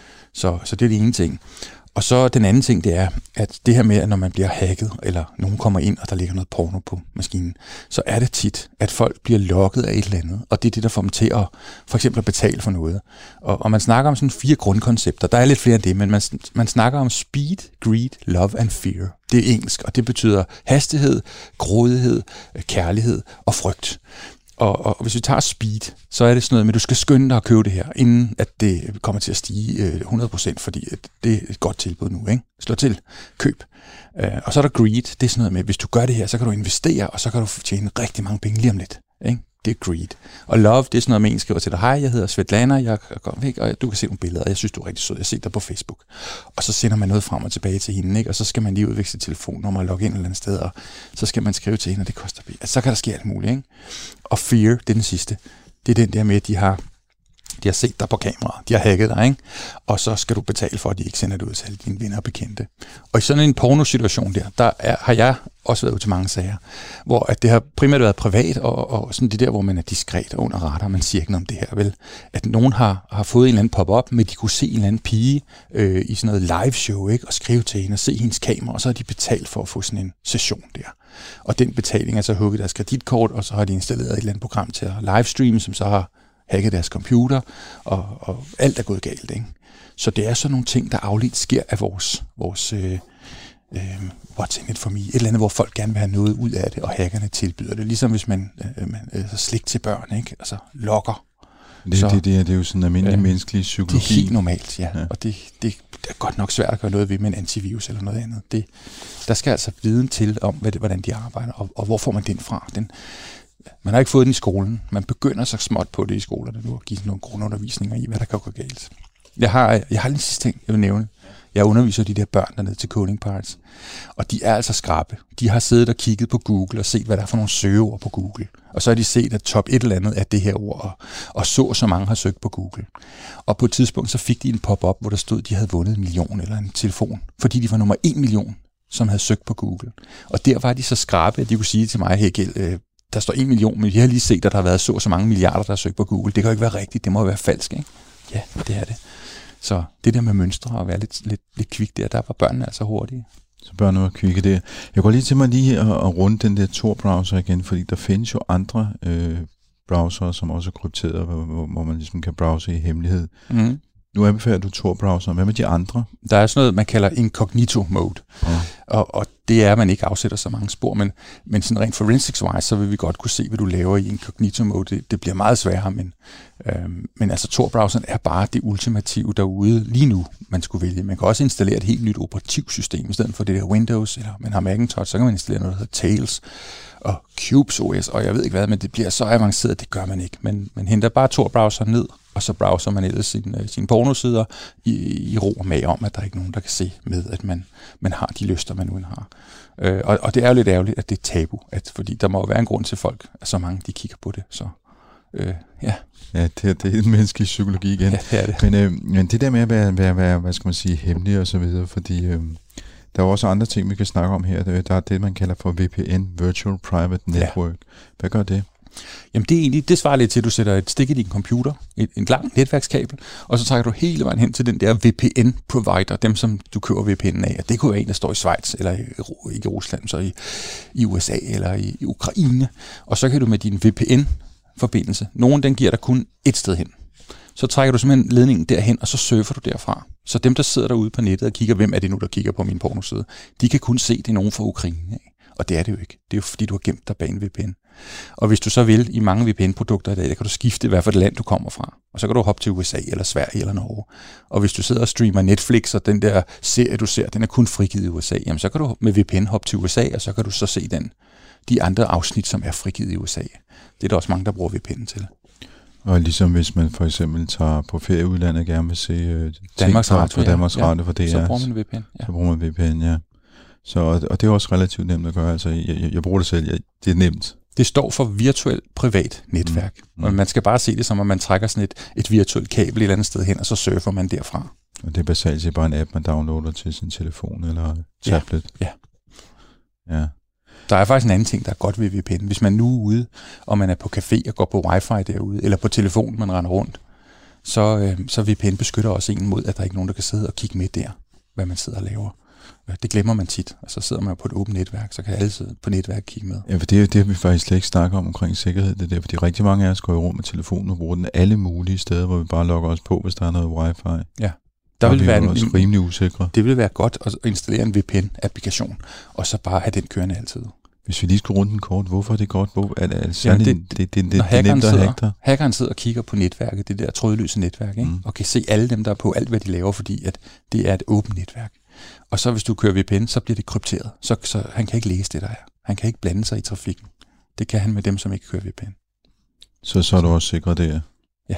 Så, så det er det ene ting. Og så den anden ting, det er, at det her med, at når man bliver hacket, eller nogen kommer ind, og der ligger noget porno på maskinen, så er det tit, at folk bliver logget af et eller andet, og det er det, der får dem til at for eksempel at betale for noget. Og, og man snakker om sådan fire grundkoncepter. Der er lidt flere end det, men man, man snakker om speed, greed, love and fear. Det er engelsk, og det betyder hastighed, grådighed, kærlighed og frygt. Og, og hvis vi tager speed, så er det sådan noget med, at du skal skynde dig at købe det her, inden at det kommer til at stige øh, hundrede procent, fordi det er et godt tilbud nu, ikke? Slå til, køb. Øh, og så er der greed, det er sådan noget med, at hvis du gør det her, så kan du investere, og så kan du tjene rigtig mange penge lige om lidt, ikke? Det er greed. Og love, det er sådan noget med, en skriver til dig, hej, jeg hedder Svetlana, jeg går væk, og du kan se nogle billeder, og jeg synes, du er rigtig sød, jeg ser dig på Facebook. Og så sender man noget frem og tilbage til hende, ikke? Og så skal man lige udveksle telefonnummer og logge ind et eller andet sted, og så skal man skrive til hende, og det koster penge. Altså, så kan der ske alt muligt, ikke? Og fear, det er den sidste. Det er den der med, at de har, de har set dig på kamera, de har hacket dig, ikke? Og så skal du betale for, at de ikke sender det ud til alle dine venner og bekendte. Og i sådan en pornosituation der, der er, har jeg også været ud til mange sager, hvor at det har primært været privat, og, og sådan det der, hvor man er diskret og under radar, man siger ikke noget om det her, vel? At nogen har, har fået en eller anden pop-up, men de kunne se en eller anden pige øh, i sådan noget live show, ikke? Og skrive til hende og se hendes kamera, og så har de betalt for at få sådan en session der. Og den betaling er så hugget deres kreditkort, og så har de installeret et eller andet program til at livestreame, som så har hacket deres computer, og, og alt er gået galt, ikke? Så det er sådan nogle ting, der afledt sker af vores, vores øh, øh, what's in it for me, et eller andet, hvor folk gerne vil have noget ud af det, og hackerne tilbyder det. Ligesom hvis man, øh, man øh, slik til børn, ikke? Altså lokker. Det, så, det, det, det er jo sådan en almindelig øh, menneskelig psykologi. Det er helt normalt, ja. ja. Og det, det, det er godt nok svært at gøre noget ved med en antivirus eller noget andet. Det, der skal altså viden til om, hvad det, hvordan de arbejder, og, og hvor får man den fra. Den, man har ikke fået den i skolen. Man begynder så småt på det i skolerne nu, at give nogle grundundervisninger i, hvad der kan gå galt. Jeg har, jeg har en sidste ting, jeg vil nævne. Jeg underviser de der børn dernede til Coding Parts, og de er altså skrappe. De har siddet og kigget på Google og set, hvad der er for nogle søgeord på Google. Og så har de set, at top et eller andet er det her ord, og, og så så mange har søgt på Google. Og på et tidspunkt så fik de en pop-up, hvor der stod, at de havde vundet en million eller en telefon, fordi de var nummer en million, som havde søgt på Google. Og der var de så skrappe, at de kunne sige til mig, hey Gæld, øh, der står en million, men vi har lige set, at der har været så så mange milliarder, der har søgt på Google. Det kan jo ikke være rigtigt, det må jo være falsk, ikke? Ja, det er det. Så det der med mønstre og være lidt, lidt, lidt kvik der, der var børnene altså hurtige. Så børnene var kvikke der. Jeg går lige til mig lige at, at runde den der Tor-browser igen, fordi der findes jo andre øh, browsere, som også er krypteret, hvor, hvor, hvor man ligesom kan browse i hemmelighed. Mm. Nu anbefaler du Tor-browser. Hvad med de andre? Der er sådan noget, man kalder incognito mode. Ja. Og, og det er, at man ikke afsætter så mange spor, men, men sådan rent forensics-wise, så vil vi godt kunne se, hvad du laver i incognito mode. Det, det bliver meget sværere, men, øhm, men altså Tor-browseren er bare det ultimative derude lige nu, man skulle vælge. Man kan også installere et helt nyt operativsystem, i stedet for det der Windows, eller man har Macintosh, så kan man installere noget, der hedder Tails og Cubes O S, og jeg ved ikke hvad, men det bliver så avanceret, det gør man ikke. Men man henter bare Tor-browseren ned, og så browser man ellers sine, sine pornosider i, i ro og mag om, at der er ikke nogen, der kan se med, at man, man har de lyster, man nu har. Øh, og, og det er jo lidt ærgerligt, at det er tabu, at, fordi der må jo være en grund til folk, at så mange de kigger på det. Så øh, ja. Ja, det, det er en menneskelig psykologi igen. Ja, det er det. Men, øh, men det der med at være, være, være hvad skal man sige, hemmelig og så videre, fordi øh, der er også andre ting, vi kan snakke om her. Der er det, man kalder for V P N, Virtual Private Network. Ja. Hvad gør det? Jamen det er egentlig, det svarer lidt til, at du sætter et stik i din computer, et, et langt netværkskabel, og så trækker du hele vejen hen til den der V P N-provider, dem som du køber V P N'en af. Og det kunne være en, der står i Schweiz, eller i, ikke i Rusland, så i, i U S A, eller i, i Ukraine. Og så kan du med din V P N-forbindelse, nogen den giver dig kun et sted hen. så trækker du simpelthen ledningen derhen, og så surfer du derfra. Så dem, der sidder derude på nettet og kigger, hvem er det nu, der kigger på min pornoside, de kan kun se, det er nogen fra Ukraine. Ikke? Og det er det jo ikke. Det er jo fordi, du har gemt dig bag en V P N. Og hvis du så vil, i mange V P N-produkter i dag, der kan du skifte, hvad for et land du kommer fra. Og så kan du hoppe til U S A, eller Sverige, eller Norge. Og hvis du sidder og streamer Netflix, og den der serie, du ser, den er kun frigivet i U S A, jamen så kan du med V P N hoppe til U S A, og så kan du så se den, de andre afsnit, som er frigivet i U S A. Det er der også mange, der bruger V P N til. Og ligesom hvis man for eksempel tager på ferie i udlandet og gerne vil se uh, Danmarks Radio, på Danmarks ja, Radio for D R, så bruger man V P N. Ja. Så bruger man V P N, ja. Så, og det er også relativt nemt at gøre. Altså, jeg, jeg, jeg bruger det selv. Jeg, det er nemt. Det står for virtuelt privat netværk. Mm. Og man skal bare se det som, at man trækker sådan et, et virtuelt kabel et eller andet sted hen, og så surfer man derfra. Og det er basalt set bare en app, man downloader til sin telefon eller tablet. Ja. ja. Der er faktisk en anden ting, der er godt ved V P N. Hvis man nu er ude, og man er på café og går på wifi derude, eller på telefon, man render rundt, så, øh, så V P N beskytter også en mod, at der ikke er nogen, der kan sidde og kigge med der, hvad man sidder og laver. Det glemmer man tit, og så sidder man på et åbent netværk, så kan alle på netværk kigge med. Ja, for det er det, vi faktisk slet ikke snakker om omkring sikkerhed. Det er der, fordi rigtig mange af os går i rum med telefonen og bruger den alle mulige steder, hvor vi bare logger os på, hvis der er noget wifi. Ja, der vil være også en, rimelig usikre. Det vil være godt at installere en V P N-applikation, og så bare have den kørende altid. Hvis vi lige skal runde den kort, hvorfor er det godt? Hvor, er det, er det, det, det, det, det, det er nemt at hacke dig? Hackeren sidder og kigger på netværket, det der trådløse netværk, ikke? Mm. og kan se alle dem, der er på, alt hvad de laver, fordi at det er et åbent netværk. Og så hvis du kører V P N, så bliver det krypteret. Så, så han kan ikke læse det, der er. Han kan ikke blande sig i trafikken. Det kan han med dem, som ikke kører V P N. Så så er du også sikret der? Ja.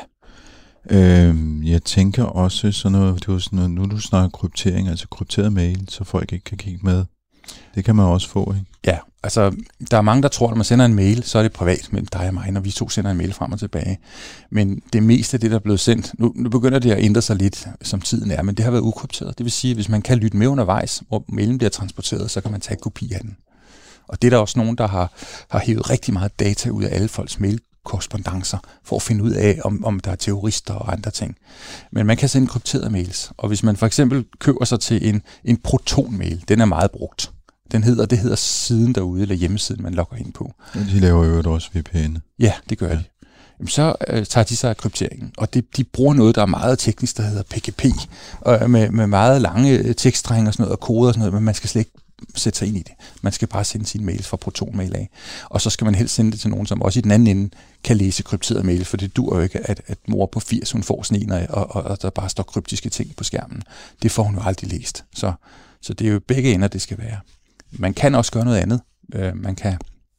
Øhm, jeg tænker også sådan noget, det var sådan noget, nu du snakker kryptering, altså krypteret mail, så folk ikke kan kigge med. Det kan man også få, ikke? Ja, altså der er mange, der tror, at når man sender en mail, så er det privat mellem dig og mig, når vi to sender en mail frem og tilbage. Men det meste af det, der er blevet sendt, nu, nu begynder det at ændre sig lidt, som tiden er, men det har været ukrypteret. Det vil sige, at hvis man kan lytte med undervejs, hvor mailen bliver transporteret, så kan man tage kopi af den. Og det er der også nogen, der har, har hævet rigtig meget data ud af alle folks mailkorrespondancer, for at finde ud af, om, om der er terrorister og andre ting. Men man kan sende krypterede mails, og hvis man for eksempel køber sig til en, en proton-mail, den er meget brugt. Den hedder, det hedder siden derude, eller hjemmesiden, man logger ind på. De laver jo også V P N. Ja, det gør ja. de. Jamen, så øh, tager de sig af krypteringen, og det, de bruger noget, der er meget teknisk, der hedder P G P, øh, med, med meget lange tekststrenge og sådan noget, og koder og sådan noget, men man skal slet ikke sætte sig ind i det. Man skal bare sende sine mails fra Proton-mail af. Og så skal man helst sende det til nogen, som også i den anden ende kan læse krypterede mail, for det dur jo ikke, at, at mor på firs, hun får sådan en, og, og, og der bare står kryptiske ting på skærmen. Det får hun jo aldrig læst. Så, så det er jo begge ender, det skal være. Man kan også gøre noget andet. Øh, man kan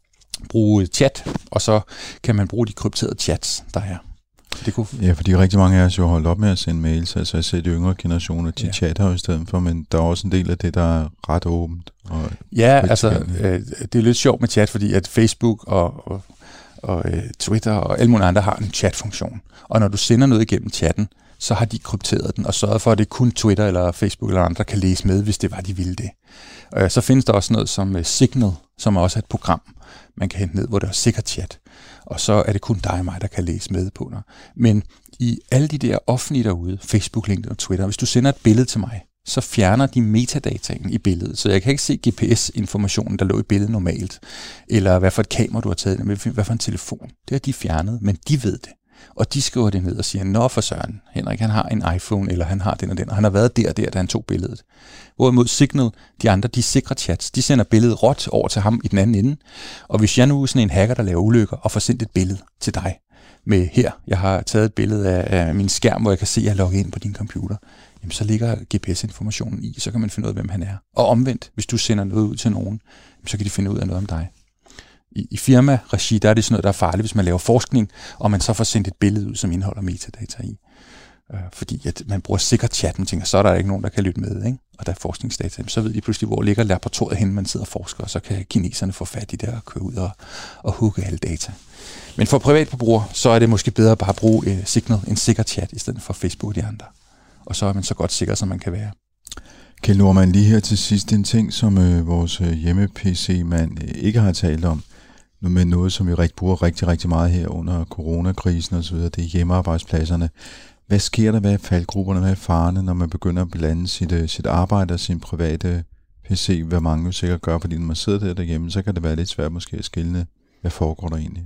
bruge chat, og så kan man bruge de krypterede chats, der er. Det kunne... Ja, fordi rigtig mange af os jo holdt op med at sende mails, altså jeg ser de yngre generationer, de ja. chatter jo i stedet for, men der er også en del af det, der er ret åbent. Og ja, altså øh, det er lidt sjovt med chat, fordi at Facebook og, og, og øh, Twitter og alle mulige andre har en chatfunktion. Og når du sender noget igennem chatten, så har de krypteret den og sørget for, at det kun Twitter eller Facebook eller andre kan læse med, hvis det var, de ville det. Øh, så findes der også noget som uh, Signal, som er også et program, man kan hente ned, hvor der er sikker chat. Og så er det kun dig og mig, der kan læse med på dig. Men i alle de der offentlige derude, Facebook, LinkedIn og Twitter, hvis du sender et billede til mig, så fjerner de metadataen i billedet. Så jeg kan ikke se G P S-informationen, der lå i billedet normalt, eller hvad for et kamera, du har taget, eller hvad for en telefon. Det har de fjernet, men de ved det. Og de skriver det ned og siger, nå for søren, Henrik han har en iPhone, eller han har den og den, og han har været der og der, da han tog billedet. Hvorimod Signal, de andre, de sikre chats, de sender billedet råt over til ham i den anden ende. Og hvis jeg nu er sådan en hacker, der laver ulykker, og får sendt et billede til dig, med her, jeg har taget et billede af, af min skærm, hvor jeg kan se, at jeg logger ind på din computer, jamen så ligger G P S-informationen i, så kan man finde ud af, hvem han er. Og omvendt, hvis du sender noget ud til nogen, så kan de finde ud af noget om dig. I, i firma-regi, der er det sådan noget, der er farligt, hvis man laver forskning, og man så får sendt et billede ud, som indeholder metadata i. Øh, fordi at man bruger sikkert chat, man tænker, så er der ikke nogen, der kan lytte med, ikke? Og der er forskningsdata. Så ved de pludselig, hvor ligger laboratoriet hen, man sidder og forsker, og så kan kineserne få fat i det og køre ud og, og hugge alle data. Men for privatbrugere, så er det måske bedre at bare bruge uh, Signal, en sikker chat, i stedet for Facebook og de andre. Og så er man så godt sikker, som man kan være. Kjeld Normann, lige her til sidst en ting, som øh, vores øh, hjemme-P C-mand øh, ikke har talt om, men noget, som vi rigtig bruger rigtig, rigtig meget her under coronakrisen og så videre, det er hjemmearbejdspladserne. Hvad sker der, hvad er faldgrupperne, hvad er farerne, når man begynder at blande sit, øh, sit arbejde og sin private P C, hvad mange jo sikkert gør, fordi når man sidder der derhjemme, så kan det være lidt svært måske at skille, hvad foregår der egentlig?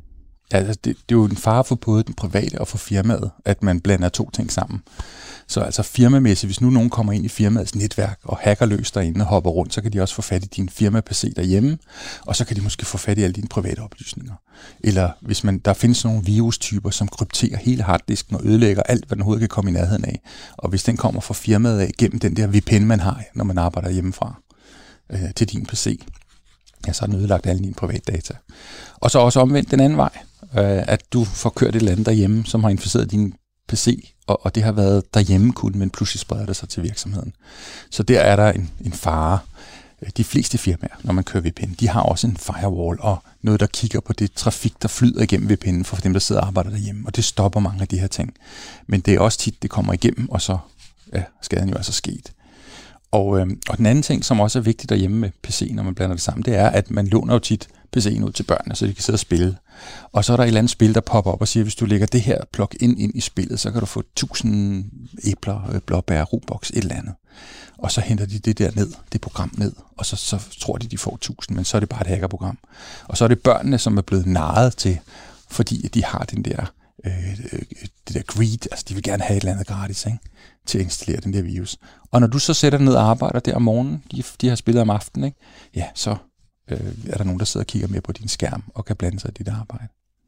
Ja, altså det, det er jo en fare for både den private og for firmaet, at man blander to ting sammen. Så altså firmamæssigt, hvis nu nogen kommer ind i firmaets netværk og hacker løs derinde og hopper rundt, så kan de også få fat i din firma-P C derhjemme, og så kan de måske få fat i alle dine private oplysninger. Eller hvis man, der findes nogle virustyper, som krypterer hele harddisken og ødelægger alt, hvad den overhovedet kan komme i nærheden af. Og hvis den kommer fra firmaet af gennem den der V P N, man har, når man arbejder hjemmefra øh, til din P C, ja, så er den ødelagt alle dine private data. Og så også omvendt den anden vej, øh, at du får kørt et eller andet derhjemme, som har inficeret din P C, og, og det har været derhjemme kun, men pludselig spreder det sig til virksomheden. Så der er der en, en fare. De fleste firmaer, når man kører V P N, de har også en firewall og noget, der kigger på det trafik, der flyder igennem V P N'en for dem, der sidder og arbejder derhjemme, og det stopper mange af de her ting. Men det er også tit, det kommer igennem, og så er ja, skaden jo altså sket. Og, øh, og den anden ting, som også er vigtigt derhjemme med P C, når man blander det sammen, det er, at man låner jo tit P C'en ud til børnene, så de kan sidde og spille. Og så er der et eller andet spil, der popper op og siger, hvis du lægger det her plug-in ind i spillet, så kan du få tusind æbler, blåbær, Robux, et eller andet. Og så henter de det der ned, det program ned, og så, så tror de, de får tusind, men så er det bare et hackerprogram. Og så er det børnene, som er blevet narret til, fordi de har den der, øh, det der greed, altså de vil gerne have et eller andet gratis, ikke? Til at installere den der virus. Og når du så sætter dig ned og arbejder der om morgenen, de, de har spillet om aftenen, ikke? Ja, så øh, er der nogen, der sidder og kigger med på din skærm og kan blande sig i dit arbejde.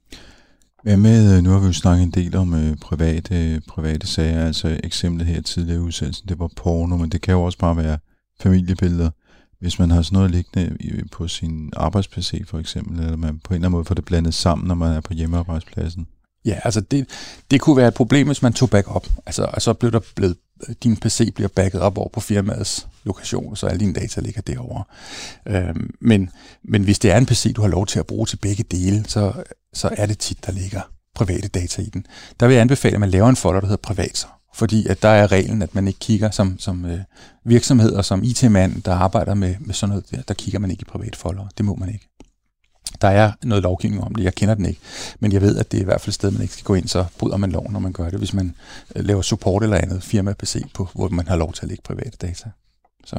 Hvad med, nu har vi jo snakket en del om øh, private, private sager, altså eksemplet her tidligere i udsendelsen, det var porno, men det kan jo også bare være familiebilleder. Hvis man har sådan noget liggende på sin arbejds-P C for eksempel, eller man på en eller anden måde får det blandet sammen, når man er på hjemmearbejdspladsen. Ja, altså det, det kunne være et problem, hvis man tog backup. Altså, og så blev der blevet, din P C bliver backet op over på firmaets lokation, så alle dine data ligger derovre. Øhm, men, men hvis det er en P C, du har lov til at bruge til begge dele, så, så er det tit, der ligger private data i den. Der vil jeg anbefale, at man laver en folder, der hedder privat, fordi at der er reglen, at man ikke kigger som, som øh, virksomhed og som I T-mand, der arbejder med, med sådan noget der, der kigger man ikke i privat folder. Det må man ikke. Der er noget lovgivning om det, jeg kender den ikke, men jeg ved, at det er i hvert fald et sted, man ikke skal gå ind, så bryder man loven, når man gør det, hvis man laver support eller andet firma-P C på, hvor man har lov til at lægge private data. Så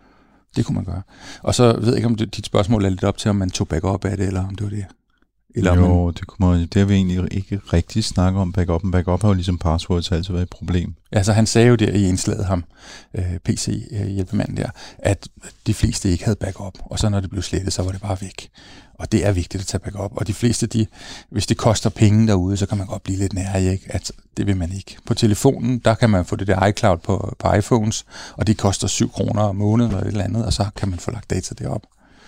det kunne man gøre. Og så ved jeg ikke, om det, dit spørgsmål er lidt op til, om man tog backup af det, eller om det var det. Eller jo, man... det, kunne man, det har vi egentlig ikke rigtig snakket om backup. Men backup har jo ligesom passwords altid været et problem. Ja, så han sagde jo der i indslaget ham, øh, P C-hjælpemanden der, at de fleste ikke havde backup, og så når det blev slettet, så var det bare væk. Og det er vigtigt at tage backup. Og de fleste, de, hvis det koster penge derude, så kan man godt blive lidt nær, ikke? At det vil man ikke. På telefonen, der kan man få det der iCloud på, på iPhones, og det koster syv kroner om måneden eller et eller andet, og så kan man få lagt data derop.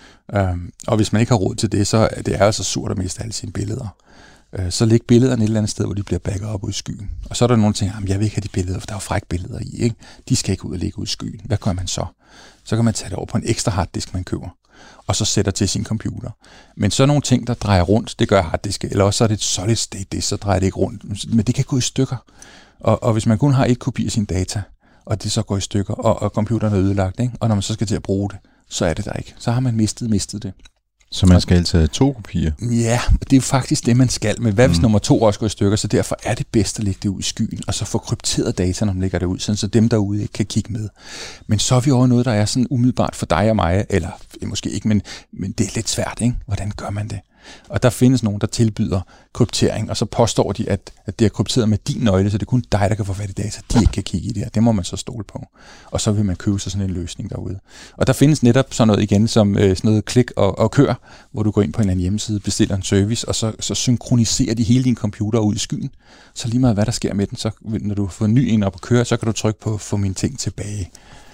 Um, og hvis man ikke har råd til det, så er det er altså surt at miste alle sine billeder. Uh, så læg billederne et eller andet sted, hvor de bliver backet op ud i skyen. Og så er der nogle ting, jeg vil ikke have de billeder, for der er jo frække billeder i, ikke? De skal ikke ud og ligge ud i skyen. Hvad gør man så? Så kan man tage det over på en ekstra harddisk, man køber, og så sætter til sin computer. Men så nogle ting, der drejer rundt, det gør harddiske, eller også så er det et solid state disk, så drejer det ikke rundt. Men det kan gå i stykker. Og, og hvis man kun har et kopi af sine data, og det så går i stykker, og, og computeren er ødelagt, ikke? Og når man så skal til at bruge det, så er det der ikke. Så har man mistet, mistet det. Så man skal altid have to kopier? Ja, det er jo faktisk det, man skal. Men hvad hvis mm. nummer to også går i stykker? Så derfor er det bedst at lægge det ud i skyen, og så få krypteret data, når man lægger det ud, så dem derude ikke kan kigge med. Men så er vi over noget, der er sådan umiddelbart for dig og mig, eller måske ikke, men, men det er lidt svært, ikke? Hvordan gør man det? Og der findes nogen, der tilbyder kryptering, og så påstår de, at, at det er krypteret med din nøgle, så det er kun dig, der kan få fat i data, de ikke kan kigge i det her. Det må man så stole på. Og så vil man købe sig sådan en løsning derude. Og der findes netop sådan noget igen, som øh, sådan noget klik og, og kør, hvor du går ind på en eller anden hjemmeside, bestiller en service, og så, så synkroniserer de hele din computer ud i skyen. Så lige meget hvad der sker med den, så når du får en ny en op at køre, så kan du trykke på få mine ting tilbage.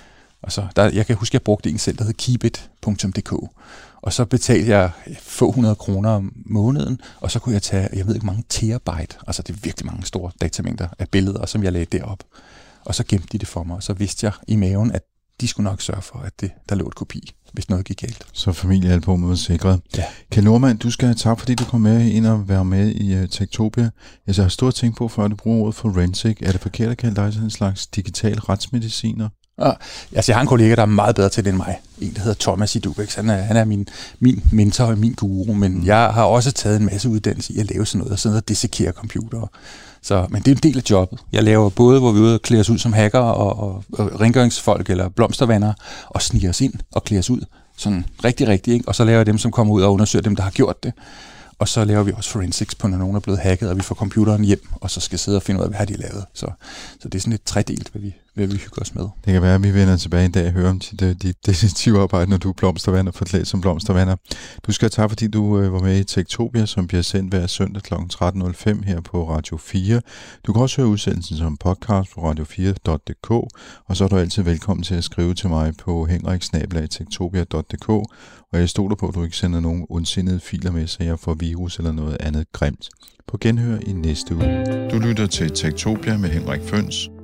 Og så, der, jeg kan huske, at jeg brugte en selv, der hed keepit punktum d k. Og så betalte jeg få hundrede kroner om måneden, og så kunne jeg tage, jeg ved ikke, mange terabyte, altså det er virkelig mange store datamængder af billeder, som jeg lagde derop. Og så gemte de det for mig, og så vidste jeg i maven, at de skulle nok sørge for, at det, der lå et kopi, hvis noget gik galt. Så familiealbummet var sikret. Ja. Kjeld Nordmann, du skal have tak, fordi du kom med ind og være med i uh, Techtopia. Jeg har stort tænkt på, før du bruger ordet forensic. Er det forkert at kalde dig sådan en slags digital retsmediciner? Ja, altså jeg har en kollega, der er meget bedre til det end mig. En, der hedder Thomas Idubek. Han er, han er min, min mentor og min guru, men mm. jeg har også taget en masse uddannelse i at lave sådan noget, og sådan noget, dissekere computere. Så, men det er en del af jobbet. Jeg laver både, hvor vi er ude og klæder os ud som hacker og, og, og rengøringsfolk eller blomstervandere, og sniger os ind og klæder os ud. Sådan rigtig, rigtig, ikke? Og så laver jeg dem, som kommer ud og undersøger dem, der har gjort det. og så laver vi også forensics på, når nogen er blevet hacket, og vi får computeren hjem, og så skal sidde og finde ud af, hvad har de lavet. Så, så det er sådan et tredelt, hvad vi, hvad vi hygger os med. Det kan være, at vi vender tilbage en dag og hører om dit, dit detektivarbejde, når du er blomstervander, forklædt som blomstervander. Du skal tage, fordi du øh, var med i Techtopia, som bliver sendt hver søndag kl. tretten nul fem her på Radio fire. Du kan også høre udsendelsen som podcast på radio fire punktum d k, og så er du altid velkommen til at skrive til mig på henrik snabel-a techtopia punktum d k, og jeg stoler på, at du ikke sender nogen ondsindede filer med, så jeg får virus eller noget andet grimt. På genhør i næste uge. Du lytter til Techtopia med Henrik Føns.